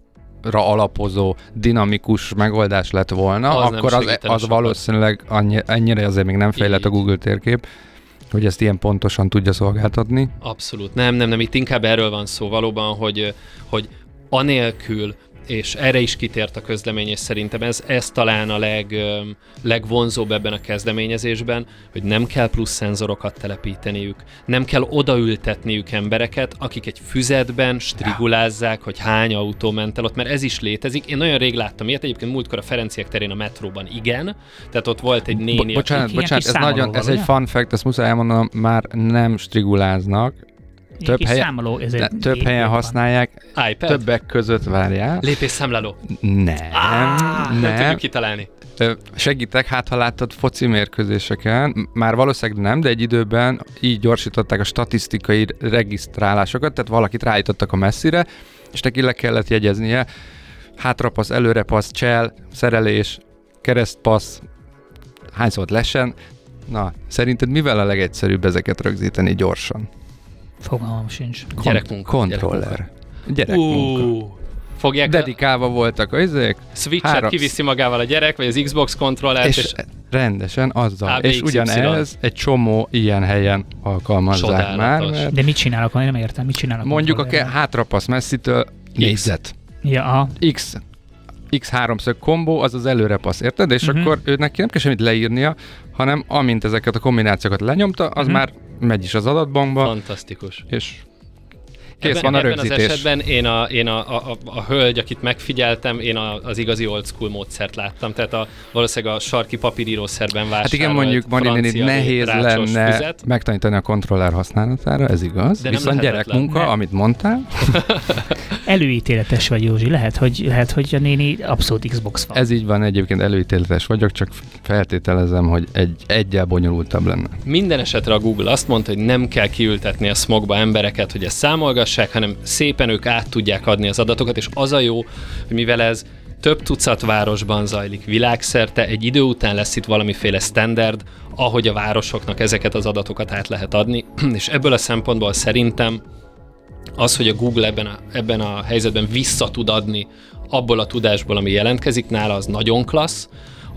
ra alapozó, dinamikus megoldás lett volna, az akkor az, az valószínűleg annyi, ennyire azért még nem fejlett a Google térkép, hogy ezt ilyen pontosan tudja szolgáltatni. Abszolút. Nem, nem, nem. Itt inkább erről van szó valóban, hogy, hogy anélkül, és erre is kitért a közlemény, és szerintem ez, ez talán a leg, legvonzóbb ebben a kezdeményezésben, hogy nem kell plusz szenzorokat telepíteniük, nem kell odaültetniük embereket, akik egy füzetben strigulázzák, hogy hány autó ment el ott, mert ez is létezik. Én nagyon rég láttam ilyet, egyébként múltkor a Ferenciek terén a metróban igen, tehát ott volt egy néni... Bo- bocsánat, aki... bocsánat, ez, nagyon, ez egy fun fact, ezt muszáj elmondanom, már nem striguláznak, Több, helyen, számoló, ez de, több helyen használják, iPad? Többek között várjál. Lépésszámláló. Nem, ah, nem. Nem tudjuk kitalálni. Segítek, hát ha láttad foci mérkőzéseken, már valószínűleg nem, de egy időben így gyorsították a statisztikai regisztrálásokat, tehát valakit ráállítottak a messzire, és neki le kellett jegyeznie, hátrapassz, előrepassz, csel, szerelés, keresztpassz, hányszor lesen. Na, szerinted mivel a legegyszerűbb ezeket rögzíteni gyorsan? Fogalmam sincs. Kont- Gyerekmunka. Kontroller. Gyerekmunka. Uh, fogják Dedikálva voltak az izék. Switch-et három... kiviszi magával a gyerek, vagy az Xbox kontrollert, és, és... rendesen azzal. á bé iksz és ugyanez egy csomó ilyen helyen alkalmazzák Csodálatos. már. Mert De mit csinálok? Én nem értem, mit csinálok? mondjuk a ke- hátrapassz messzitől négyzet. Ja, aha. X. X háromszög kombó, az az előrepassz, érted? És uh-huh. akkor ő neki nem kell semmit leírnia, hanem amint ezeket a kombinációkat lenyomta, az uh-huh. már megy is az adatbankba. Fantasztikus. És kész ebben, van a ebben rögzítés. az esetben én a, én a, a, a, a hölgy, akit megfigyeltem, én a, az igazi old school módszert láttam. Tehát a, valószínűleg a sarki papírírószerben vásárolt Hát igen, mondjuk Marinini nehéz lenne füzet. megtanítani a kontroller használatára, ez igaz. De viszont gyerekmunka, nem. amit mondtál. Előítéletes vagy, Józsi. Lehet, hogy, lehet, hogy a néni abszolút Xbox van. Ez így van, egyébként előítéletes vagyok, csak feltételezem, hogy egy egyel bonyolultabb lenne. Minden esetre a Google azt mondta, hogy nem kell kiültetni a smogba embereket, hogy ezt számolgassák, hanem szépen ők át tudják adni az adatokat, és az a jó, hogy mivel ez több tucat városban zajlik világszerte, egy idő után lesz itt valamiféle standard, ahogy a városoknak ezeket az adatokat át lehet adni, és ebből a szempontból szerintem az, hogy a Google ebben a, ebben a helyzetben vissza tud adni abból a tudásból, ami jelentkezik nála, az nagyon klassz.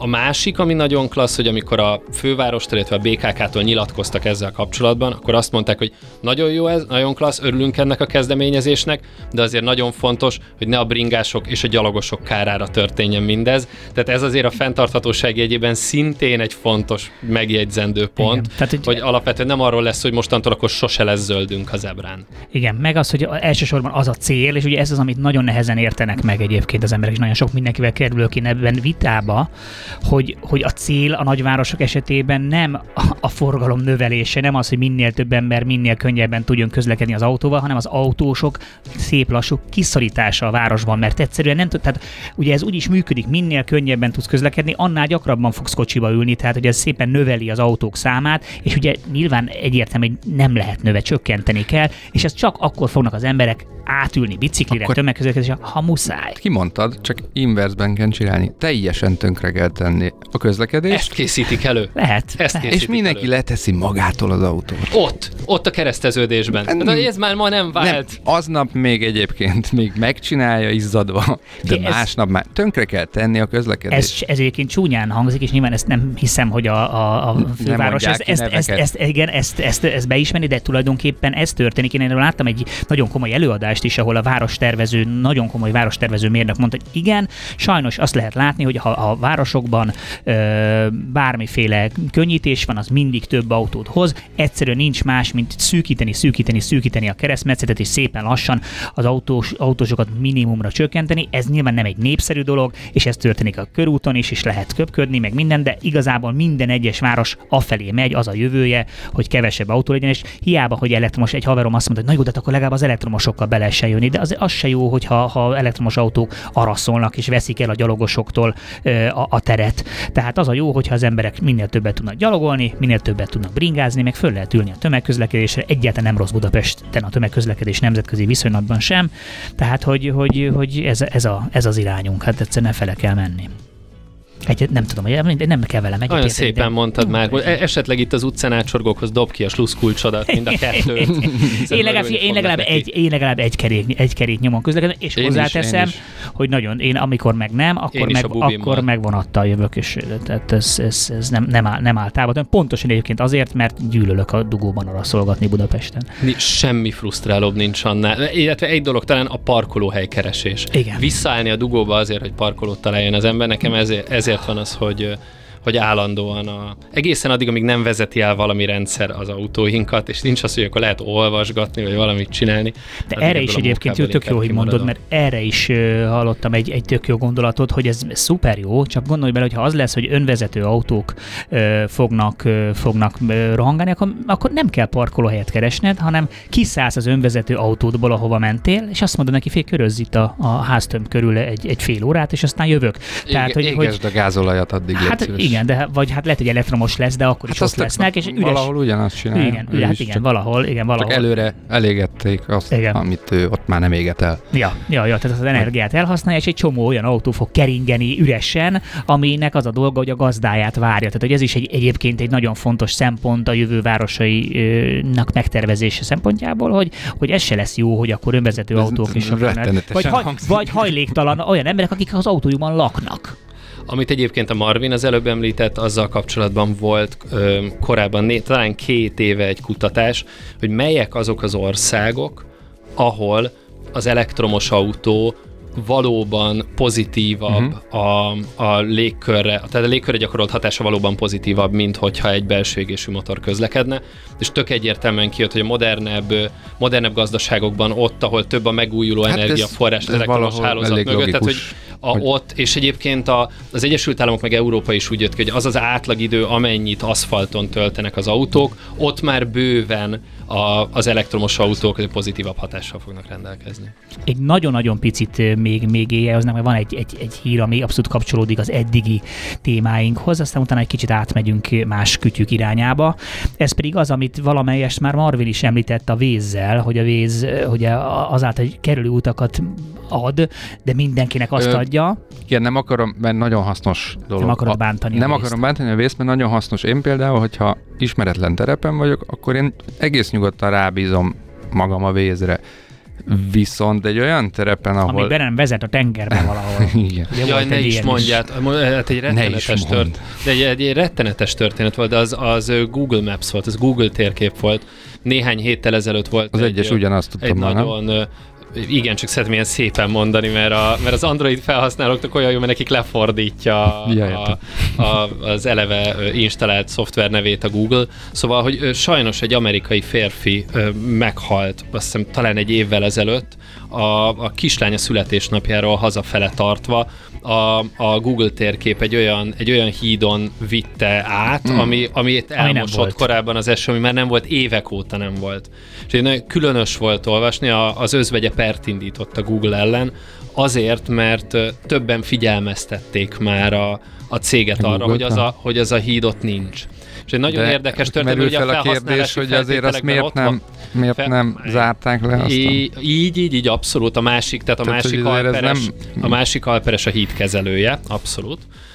A másik, ami nagyon klassz, hogy amikor a fővárostól, illetve a bé ká ká-tól nyilatkoztak ezzel kapcsolatban, akkor azt mondták, hogy nagyon jó ez, nagyon klassz, örülünk ennek a kezdeményezésnek, de azért nagyon fontos, hogy ne a bringások és a gyalogosok kárára történjen mindez. Tehát ez azért a fenntarthatóság jegyében szintén egy fontos megjegyzendő pont, igen, tehát, hogy, hogy alapvetően nem arról lesz, hogy mostantól akkor sose lesz zöldünk a zebrán. Igen, meg az, hogy elsősorban az a cél, és ugye ez az, amit nagyon nehezen értenek meg egyébként az emberek, és nagyon sok mindenkivel kerülök én ebben vitába, hogy, hogy a cél a nagyvárosok esetében nem a, a forgalom növelése, nem az, hogy minél több ember minél könnyebben tudjon közlekedni az autóval, hanem az autósok szép lassú kiszorítása a városban, mert egyszerűen nem tud, tehát ugye ez úgy is működik, minél könnyebben tudsz közlekedni, annál gyakrabban fogsz kocsiba ülni, tehát hogy ez szépen növeli az autók számát, és ugye nyilván egyértelmű, hogy nem lehet növe, csökkenteni kell, és ez csak akkor fognak az emberek átülni biciklire, akkor tömegközlekedésre, ha muszáj. Kimondtad, csak inverzben kell csinálni. Teljesen tönkre kell tenni a közlekedést. Ezt készítik elő. Lehet. Ezt lehet. És mindenki elő. Leteszi magától az autót. Ott, ott a kereszteződésben. En, de ez már ma nem vált. Nem, aznap még egyébként még megcsinálja izzadva, de ez, másnap már tönkre kell tenni a közlekedést. Ez, ez egyébként csúnyán hangzik, és nyilván ezt nem hiszem, hogy a, a, a főváros ezt, ezt, ezt, ezt, igen, ezt, ezt, ezt beismeri, de tulajdonképpen ez történik. Én láttam egy nagyon komoly előadást is, ahol a várostervező, nagyon komoly várostervező mérnök mondta, hogy igen, sajnos azt lehet látni, hogy ha a városokban ö, bármiféle könnyítés van, az mindig több autót hoz. Egyszerűen nincs más, mint szűkíteni, szűkíteni, szűkíteni a keresztmetszetet, és szépen lassan az autós, autósokat minimumra csökkenteni. Ez nyilván nem egy népszerű dolog, és ez történik a körúton is, és lehet köpködni, meg minden, de igazából minden egyes város afelé megy, az a jövője, hogy kevesebb autó legyen, és hiába, hogy elektromos, egy haverom azt mondta, hogy na jó, de akkor legalább az elektromosokkal be lehessen jönni, de az, az se jó, hogyha ha elektromos autók araszolnak, és veszik el a gyalogosoktól ö, a, a teret. Tehát az a jó, hogyha az emberek minél többet tudnak gyalogolni, minél többet tudnak bringázni, meg föl lehet ülni a tömegközlekedésre. Egyáltalán nem rossz Budapesten a tömegközlekedés nemzetközi viszonylatban sem. Tehát, hogy, hogy, hogy ez, ez, a, ez az irányunk, hát egyszerűen fele kell menni. Egy, nem tudom, hogy nem kell velem egyébként. Olyan szépen de... mondtad már, hogy esetleg itt az utcán átsorgókhoz dob ki a sluszkulcsodat, mind a kettőt. én, legalább, én, legalább egy, én legalább egy kerék, egy kerék nyomon közlekedem, és én hozzáteszem, is, hogy nagyon, én amikor meg nem, akkor, meg, akkor megvonattal jövök, és tehát ez, ez, ez nem, nem, áll, nem áll távol. Pontosan egyébként azért, mert gyűlölök a dugóban araszolgatni Budapesten. Semmi frusztrálóbb nincs annál. Illetve egy dolog talán a parkolóhely keresés. Igen. Visszaállni a dugóba azért, hogy parkolót találjon az ember, nekem ezért, ezért van az, hogy, hogy állandóan a, egészen addig, amíg nem vezeti el valami rendszer az autóinkat, és nincs az, hogy akkor lehet olvasgatni, vagy valamit csinálni. De erre is egyébként tök jó, hogy mondod, mert erre is uh, hallottam egy, egy tök jó gondolatot, hogy ez szuper jó, csak gondolj bele, hogy ha az lesz, hogy önvezető autók uh, fognak, uh, fognak uh, rohangálni, akkor, akkor nem kell parkolóhelyet keresned, hanem kiszállsz az önvezető autódból, ahova mentél, és azt mondod neki, fél körözz itt a, a háztömb körül egy, egy fél órát, és aztán jövök. Tehát, hogy, égesd hogy, a gázolajat addig. Hát igen, de vagy hát lehet, hogy elektromos lesz, de akkor is hát ott lesznek, és üres. Valahol ugyanazt csinálja. Igen, hát igen, valahol, igen, valahol. Csak előre elégették azt, igen. Amit ő ott már nem éget el. Ja, ja, ja, tehát az energiát elhasználja, és egy csomó olyan autó fog keringeni üresen, aminek az a dolga, hogy a gazdáját várja. Tehát, hogy ez is egy, egyébként egy nagyon fontos szempont a jövő városainak megtervezése szempontjából, hogy, hogy ez se lesz jó, hogy akkor önvezető ez autók is. Vagy, haj, vagy hajléktalan olyan emberek, akik az autójukban laknak. Amit egyébként a Marvin az előbb említett, azzal kapcsolatban volt ö, korábban né, talán két éve egy kutatás, hogy melyek azok az országok, ahol az elektromos autó valóban pozitívabb uh-huh. a, a légkörre, tehát a légkörre gyakorolt hatása valóban pozitívabb, mint hogyha egy belső égésű motor közlekedne, és tök egyértelműen kijött, hogy a modernebb, modernebb gazdaságokban ott, ahol több a megújuló hát energiaforrás az elektromos hálózat mögött, tehát hogy a, hogy... ott, és egyébként a, az Egyesült Államok meg Európa is úgy jött ki, hogy az az átlagidő, amennyit aszfalton töltenek az autók, ott már bőven a, az elektromos autók az pozitívabb hatással fognak rendelkezni. Egy nagyon-nagyon picit még, még éljeznek, mert van egy, egy, egy hír, ami abszolút kapcsolódik az eddigi témáinkhoz, aztán utána egy kicsit átmegyünk más kütyük irányába. Ez pedig az, amit valamelyest már Marvin is említett a Waze-zel, hogy a Waze hogy azáltal, hogy kerülő utakat ad, de mindenkinek azt Ö, adja. Igen, nem akarom, mert nagyon hasznos dolog. Nem akarod bántani a, Nem akarom bántani a Waze-t, mert nagyon hasznos. Én például, hogyha ismeretlen terepen vagyok, akkor én egész nyugodtan rábízom magam a Waze-re. Viszont egy olyan terepen, ahol... Ami be nem vezet a tengerbe valahol. Igen. Ugye Jaj, volt ne egy is ilyen mondját, hát egy rettenetes mondd. történet. De egy, egy, egy rettenetes történet volt, de az, az Google Maps volt, az Google térkép volt. Néhány héttel ezelőtt volt Az egy, egyes ugyanazt tudtam egy már, nem? nagyon... Igen, csak szeretném ilyen szépen mondani, mert, a, mert az Android felhasználóknak olyan jó, mert nekik lefordítja a, a, az eleve installált szoftver nevét a Google. Szóval, hogy sajnos egy amerikai férfi meghalt, azt hiszem talán egy évvel ezelőtt, a, a kislánya születésnapjáról hazafele tartva, a, a Google térkép egy olyan, egy olyan hídon vitte át, mm. ami, amit elmosott korábban az eső, ami már nem volt, évek óta nem volt. És egy nagyon különös volt olvasni, a, az özvegye pert indított a Google ellen, azért, mert többen figyelmeztették már a, a céget a arra, hogy az a, hogy az a híd ott nincs. És egy nagyon de érdekes történet, merül fel a kérdés, hogy azért azt miért nem, miért fel... nem zárták le azt? Így, így, így, abszolút. A másik, tehát a tehát, másik alperes, nem... a másik alperes a híd kezelője, abszolút.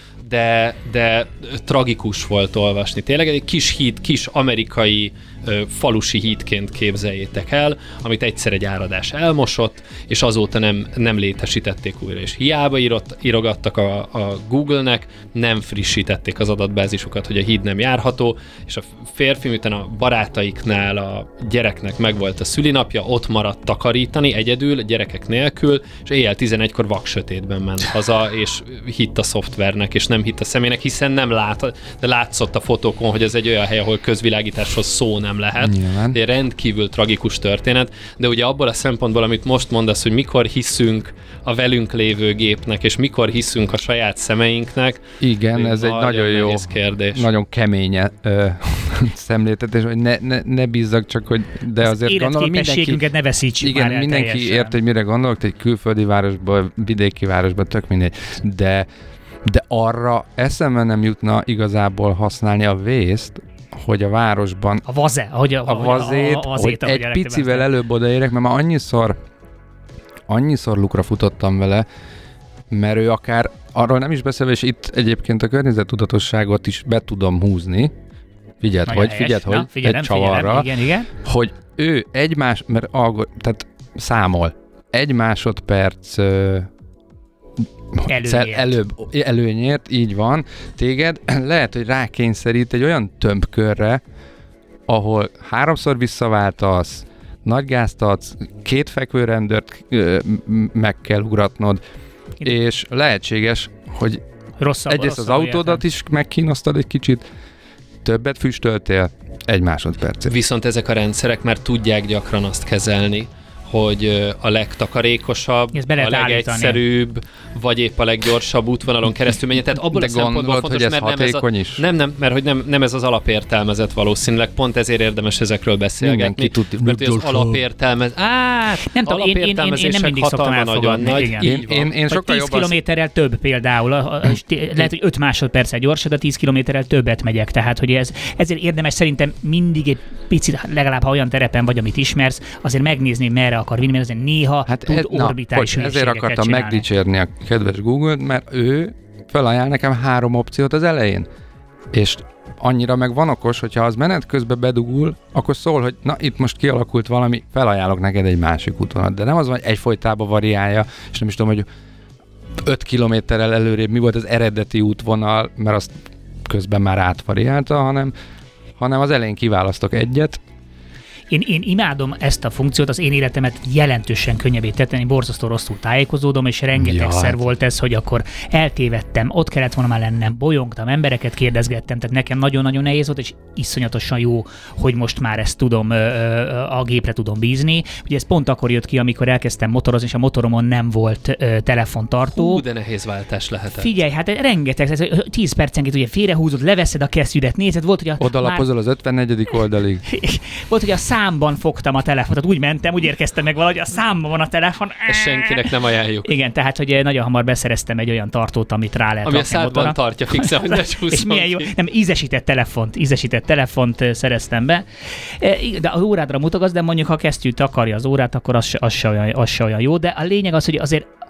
De, de tragikus volt olvasni. Tényleg egy kis híd, kis amerikai ö, falusi hídként képzeljétek el, amit egyszer egy áradás elmosott, és azóta nem, nem létesítették újra. És hiába írott, írogattak a, a Google-nek, nem frissítették az adatbázisukat, hogy a híd nem járható, és a férfi, miután a barátaiknál a gyereknek megvolt a szülinapja, ott maradt takarítani egyedül, gyerekek nélkül, és éjjel tizenegykor vaksötétben ment haza, és hitt a szoftvernek, és nem hitt a személynek, hiszen nem lát, de látszott a fotókon, hogy ez egy olyan hely, ahol közvilágításhoz szó nem lehet. Nyilván. Egy rendkívül tragikus történet, de ugye abból a szempontból, amit most mondasz, hogy mikor hiszünk a velünk lévő gépnek, és mikor hiszünk a saját szemeinknek. Igen, ez egy nagyon jó, kérdés. Nagyon kemény ö, szemléltetés, hogy ne, ne, ne bízzak csak, hogy de az azért gondolom mindenki... ne veszítsük igen, már mindenki teljesen. ért, hogy mire gondolok, egy külföldi városban, vidéki városban, tök mindegy. De De arra eszembe nem jutna igazából használni a vészt, hogy a városban a vaze, ahogy a, a vazét, a, a, vazét, hogy egy picivel előbb odaérek, mert már annyiszor annyiszor lukra futottam vele, mert ő akár, arról nem is beszélve, és itt egyébként a környezettudatosságot is be tudom húzni, figyeld, hogy, figyeld, hogy Na, figyelem, egy csavarra, igen, igen. hogy ő egymás, mert algo, tehát számol, egy másodperc Előnyért. Előbb, előnyért, így van, téged lehet, hogy rákényszerít egy olyan tömbkörre, ahol háromszor visszaváltasz, nagy gázt adsz, két fekvőrendőrt ö, meg kell ugratnod, ide. És lehetséges, hogy rosszabb, egyrészt rosszabb az autódat értem. Is megkínoztad egy kicsit, többet füstöltél egy másodpercet. Viszont ezek a rendszerek már tudják gyakran azt kezelni, hogy a legtakarékosabb, a legegyszerűbb, állítani. Vagy épp a leggyorsabb útvonalon keresztül menjen. Tehát abból de a szempontból fontos, hogy ez mert nem ez, a, is? nem, nem, mert hogy nem, nem ez az alapértelmezet valószínűleg, pont ezért érdemes ezekről beszélgetni. Tud, mert hogy az alapértelmez... Á, nem tudom, én, én, én, én nem mindig szoktam elfogadni. Nagy, én, én, én sokkal tíz kilométerrel több például. A, a, a, lehet, hogy öt másodperccel gyorsabb, de tíz kilométerrel többet megyek. Tehát, hogy ez, ezért érdemes szerintem mindig egy picit, legalább ha olyan terepen vagy, amit ismersz, azért megnézni, merre akar vinni, mert azért néha hát tud ez, orbitális na, ezért akartam csinálni. megdicsérni a kedves Google-t, mert ő felajánl nekem három opciót az elején. És annyira meg van okos, hogyha az menet közben bedugul, akkor szól, hogy na itt most kialakult valami, felajánlok neked egy másik útvonalat. De nem az van, hogy egyfolytában variálja, és nem is tudom, hogy öt kilométerrel előrébb mi volt az eredeti útvonal, mert azt közben már átvariálta, hanem, hanem az elején kiválasztok egyet. Én, én imádom ezt a funkciót, az én életemet jelentősen könnyebbé tenni, borzasztó rosszul tájékozódom, és rengetegszer ja, volt ez, hogy akkor eltévedtem, ott kellett volna már lennem, bolyongtam, embereket kérdezgettem, tehát nekem nagyon-nagyon nehéz volt, és iszonyatosan jó, hogy most már ezt tudom, a gépre tudom bízni. Ugye ez pont akkor jött ki, amikor elkezdtem motorozni, és a motoromon nem volt telefontartó. Hú, de nehéz váltás lehetett. Figyelj, hát rengeteg, ez tíz percenként ugye félrehúzod, leveszed a kesztyűdet, nézed, volt, hogy a... Odalapozol már... az ötvennegyedik oldalig. Volt, hogy a számban fogtam a telefont, úgy mentem, úgy érkeztem meg valahogy, a számban van a telefon. Ezt senkinek nem ajánljuk. Igen, tehát, hogy nagyon hamar beszereztem egy olyan tartót, amit rá lehet ami a szádban tartja fixen, hogy ne csúszom. És milyen jó, nem, ízesített telefont, ízesített telefont szereztem be. De az órádra mutogatsz, de mondjuk, ha kesztyűt akarja az órát, akkor az se, az se, olyan, az se olyan jó, de a lényeg az, hogy azért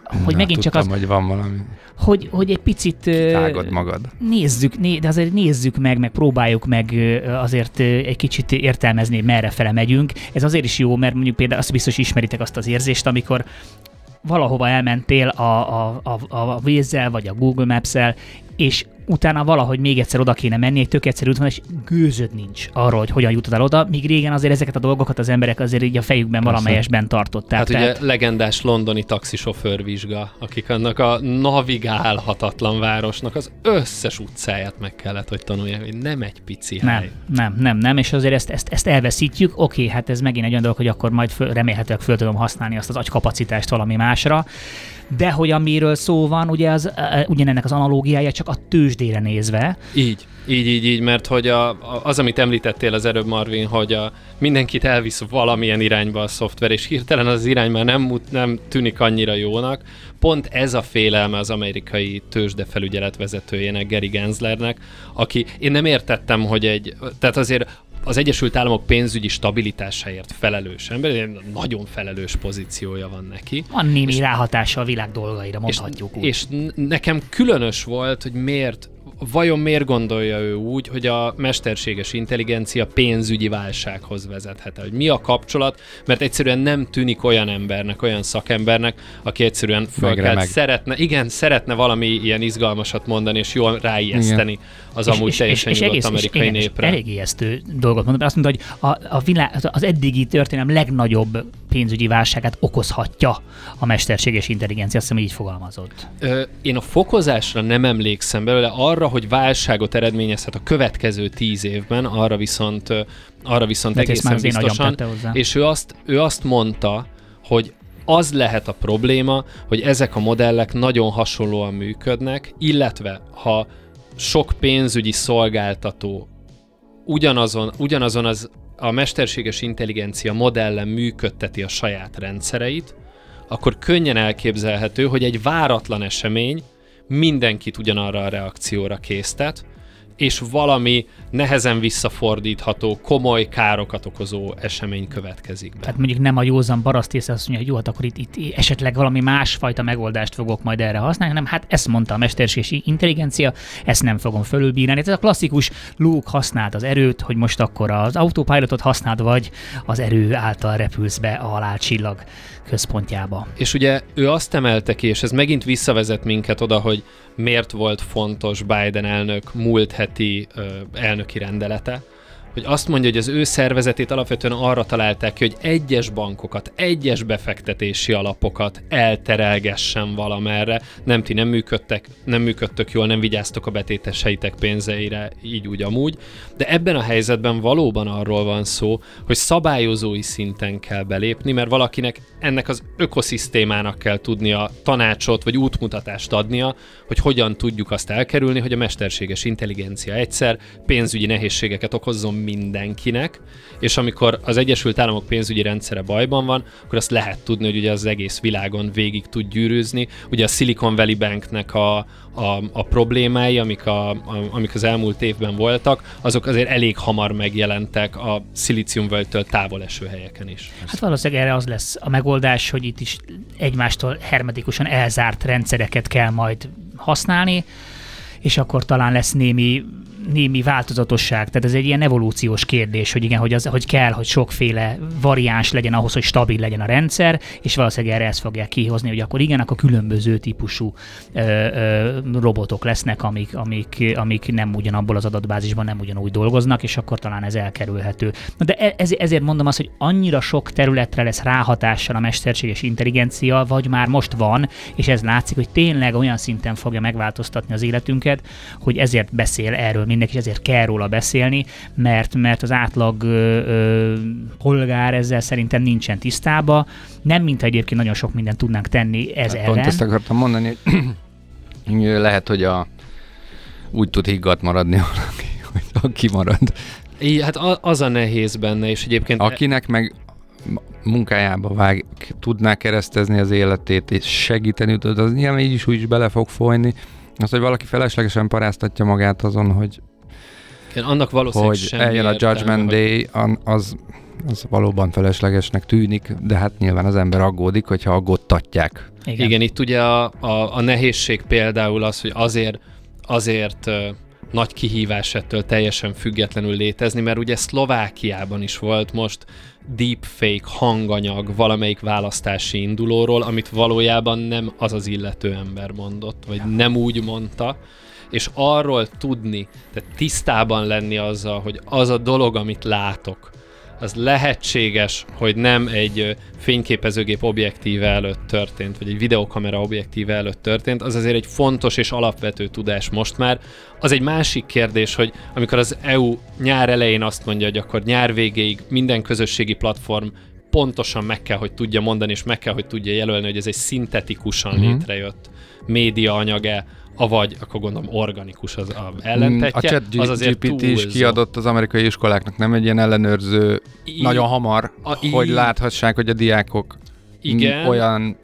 hogy Na, megint tudtam, csak az, hogy van valami. hogy, hogy egy picit Kitágod magad. nézzük, né, de azért nézzük meg, meg próbáljuk meg azért egy kicsit értelmezni, merre fele megyünk. Ez azért is jó, mert mondjuk például azt biztos ismeritek azt az érzést, amikor valahova elmentél a, a, a, a Waze-zel, vagy a Google Maps-el, és utána valahogy még egyszer oda kéne menni, egy tök egyszerű úton, és gőzöd nincs arról, hogy hogyan jutod el oda, míg régen azért ezeket a dolgokat az emberek azért így a fejükben valamelyesben tartották. Hát tehát... ugye legendás londoni taxisofőrvizsga, akik annak a navigálhatatlan városnak az összes utcáját meg kellett, hogy tanulják, hogy nem egy pici nem, hely. Nem, nem, nem, és azért ezt, ezt, ezt elveszítjük. Oké, hát ez megint egy olyan dolog, hogy akkor majd föl, remélhetőleg föl tudom használni azt az agykapacitást valami másra, de hogy amiről szó van, ugye az, ugyanennek az analógiája csak a tőzsdére nézve. Így, így, így, így, mert hogy a, az, amit említettél az előbb, Marvin, hogy a, mindenkit elvisz valamilyen irányba a szoftver, és hirtelen az irány már nem, nem tűnik annyira jónak. Pont ez a félelme az amerikai tőzsdefelügyelet vezetőjének, Gary Genslernek, aki, én nem értettem, hogy egy, tehát azért az Egyesült Államok pénzügyi stabilitásáért felelős ember, nagyon felelős pozíciója van neki. Van némi és, ráhatása a világ dolgaira, mondhatjuk és, úgy. És nekem különös volt, hogy miért, vajon miért gondolja ő úgy, hogy a mesterséges intelligencia pénzügyi válsághoz vezethet. Hogy mi a kapcsolat, mert egyszerűen nem tűnik olyan embernek, olyan szakembernek, aki egyszerűen fölkelt, szeretne, igen, szeretne valami ilyen izgalmasat mondani, és jól ráijeszteni igen. az amúgy és, teljesen és, és nyugodt egész, amerikai és, igen, népre. Elég ijesztő dolgot mondom, azt mondta, hogy a, a világ, az eddigi történelem legnagyobb pénzügyi válságát okozhatja a mesterséges intelligencia, azt hiszem, így fogalmazott. Ö, én a fokozásra nem emlékszem belőle, arra, hogy válságot eredményezhet a következő tíz évben, arra viszont, arra viszont egészen biztosan. És ő azt, ő azt mondta, hogy az lehet a probléma, hogy ezek a modellek nagyon hasonlóan működnek, illetve ha sok pénzügyi szolgáltató ugyanazon, ugyanazon az a mesterséges intelligencia modellen működteti a saját rendszereit, akkor könnyen elképzelhető, hogy egy váratlan esemény mindenkit ugyanarra a reakcióra késztet, és valami nehezen visszafordítható, komoly károkat okozó esemény következik be. Tehát mondjuk nem a józan parasztész azt mondja, hogy jó, hát akkor itt, itt esetleg valami másfajta megoldást fogok majd erre használni, hanem hát ezt mondta a mesterséges intelligencia, ezt nem fogom fölülbírni. Ez a klasszikus Luke, használd az erőt, hogy most akkor az autopilotot használd, vagy az erő által repülsz be a halálcsillag központjába. És ugye ő azt emelte ki, és ez megint visszavezet minket oda, hogy miért volt fontos Biden elnök múlt heti ö, elnöki rendelete, hogy azt mondja, hogy az ő szervezetét alapvetően arra találták ki, hogy egyes bankokat, egyes befektetési alapokat elterelgessen valamerre. Nem ti nem működtek, nem működtök jól, nem vigyáztok a betéteseitek pénzeire, így úgy amúgy. De ebben a helyzetben valóban arról van szó, hogy szabályozói szinten kell belépni, mert valakinek ennek az ökoszisztémának kell tudnia tanácsot vagy útmutatást adnia, hogy hogyan tudjuk azt elkerülni, hogy a mesterséges intelligencia egyszer pénzügyi nehézségeket okozzon mindenkinek, és amikor az Egyesült Államok pénzügyi rendszere bajban van, akkor azt lehet tudni, hogy ugye az egész világon végig tud gyűrűzni. Ugye a Silicon Valley Banknek a, a, a problémái, amik, a, a, amik az elmúlt évben voltak, azok azért elég hamar megjelentek a szilíciumvölgytől távol eső helyeken is. Hát valószínűleg erre az lesz a megoldás, hogy itt is egymástól hermetikusan elzárt rendszereket kell majd használni, és akkor talán lesz némi némi változatosság, tehát ez egy ilyen evolúciós kérdés, hogy igen, hogy, az, hogy kell, hogy sokféle variáns legyen ahhoz, hogy stabil legyen a rendszer, és valószínűleg erre ezt fogják kihozni, hogy akkor igen, akkor különböző típusú ö, ö, robotok lesznek, amik, amik, amik nem ugyanabból az adatbázisban nem ugyanúgy dolgoznak, és akkor talán ez elkerülhető. De ez, ezért mondom azt, hogy annyira sok területre lesz ráhatással a mesterséges intelligencia, vagy már most van, és ez látszik, hogy tényleg olyan szinten fogja megváltoztatni az életünket, hogy ezért beszél erről mindenki, ezért kell róla beszélni, mert, mert az átlag ö, ö, polgár ezzel szerintem nincsen tisztában. Nem mint egyébként nagyon sok mindent tudnánk tenni ez hát ellen. Pont ezt akartam mondani, hogy lehet, hogy a, úgy tud higgadt maradni valaki, hogy kimarad. I, hát az a nehéz benne, és egyébként... Akinek meg munkájába vág, tudná keresztezni az életét, és segíteni tud, az nyilván így is úgy is bele fog folyni. Az, hogy valaki feleslegesen paráztatja magát azon, hogy, annak valószínűleg hogy eljön a Judgment Day, az az valóban feleslegesnek tűnik, de hát nyilván az ember aggódik, hogyha aggódtatják. Igen, Igen itt ugye a, a, a nehézség például az, hogy azért, azért uh, nagy kihívás ettől teljesen függetlenül létezni, mert ugye Szlovákiában is volt most deepfake hanganyag valamelyik választási indulóról, amit valójában nem az az illető ember mondott, vagy nem úgy mondta, és arról tudni, tehát tisztában lenni azzal, hogy az a dolog, amit látok, az lehetséges, hogy nem egy fényképezőgép objektíve előtt történt, vagy egy videokamera objektíve előtt történt, az azért egy fontos és alapvető tudás most már. Az egy másik kérdés, hogy amikor az é u nyár elején azt mondja, hogy akkor nyár végéig minden közösségi platform pontosan meg kell, hogy tudja mondani, és meg kell, hogy tudja jelölni, hogy ez egy szintetikusan mm-hmm. létrejött média anyag-e, avagy, akkor gondolom organikus az a ellentetje. A ChatGPT is kiadott az amerikai iskoláknak, nem egy ilyen ellenőrző, I- nagyon hamar, a, hogy I- láthassák, hogy a diákok igen. olyan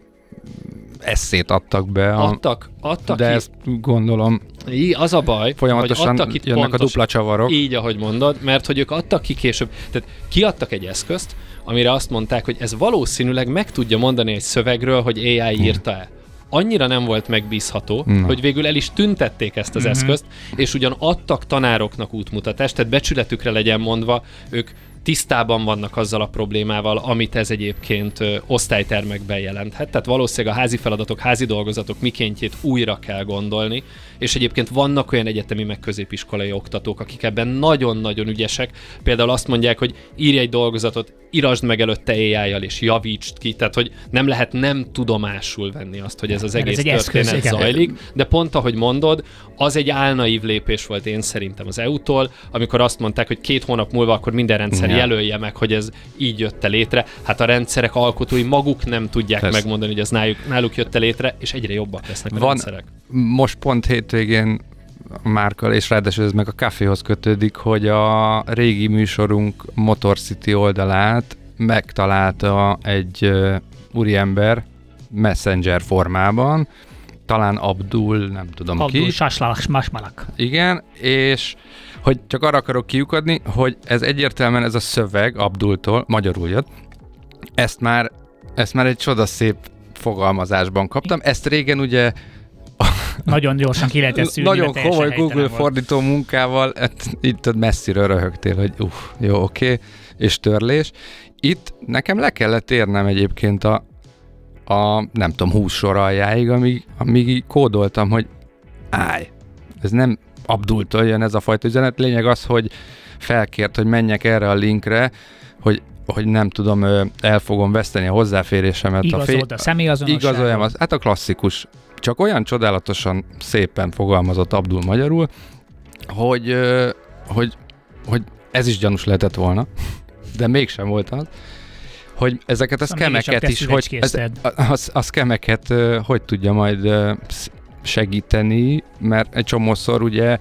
esszét adtak be. A, adtak, adtak de ki. ezt gondolom I, az a baj, folyamatosan hogy adtak itt jönnek pontos, a dupla csavarok. Így, ahogy mondod, mert hogy ők adtak ki később, tehát kiadtak egy eszközt, amire azt mondták, hogy ez valószínűleg meg tudja mondani egy szövegről, hogy á i írta-e. Annyira nem volt megbízható, no. hogy végül el is tüntették ezt az mm-hmm. eszközt, és ugyan adtak tanároknak útmutatást, tehát becsületükre legyen mondva, ők tisztában vannak azzal a problémával, amit ez egyébként ö, osztálytermekben jelenthet. Tehát valószínűleg a házi feladatok, házi dolgozatok mikéntjét újra kell gondolni, és egyébként vannak olyan egyetemi meg középiskolai oktatók, akik ebben nagyon-nagyon ügyesek. Például azt mondják, hogy írj egy dolgozatot, írasd meg előtte á i-jal és javítsd ki, tehát hogy nem lehet nem tudomásul venni azt, hogy ez az egész ez történet eszköz, zajlik, de pont ahogy mondod, az egy álnaív lépés volt én szerintem az é u-tól, amikor azt mondták, hogy két hónap múlva akkor minden rendszer ja. jelölje meg, hogy ez így jött létre. Hát a rendszerek alkotói maguk nem tudják Persze. megmondani, hogy ez náluk, náluk jött létre, és egyre jobbak lesznek a Van, rendszerek. Most pont hétvégén Márkkal, és ráadásul ez meg a kávéhoz kötődik, hogy a régi műsorunk Motor City oldalát megtalálta egy uh, úriember Messenger formában, talán Abdul, nem tudom Abdul ki. Abdul Smasmalak. Igen, és hogy csak arra akarok kiukadni, hogy ez egyértelműen ez a szöveg Abdultól, magyarul jött, ezt már, ezt már egy csodaszép fogalmazásban kaptam. Ezt régen ugye nagyon gyorsan ki lehetett szűrni. Nagyon komoly Google fordító munkával, hát, itt messziről röhögtél, hogy uff, jó, oké, okay, és törlés. Itt nekem le kellett érnem egyébként a, a nem tudom, húsz sor aljáig, amíg, amíg kódoltam, hogy állj, ez nem Abdultól jön ez a fajta üzenet. Lényeg az, hogy felkért, hogy menjek erre a linkre, hogy hogy nem tudom, el fogom veszteni a hozzáférésemet. Igazolt a, fé... a személyazonosságot. Igazoljam az, hát a klasszikus. Csak olyan csodálatosan szépen fogalmazott Abdul magyarul, hogy, hogy, hogy ez is gyanús lehetett volna, de mégsem volt az, hogy ezeket a szkemeket is, hogy ez, a, a, a szkemeket hogy tudja majd segíteni, mert egy csomószor ugye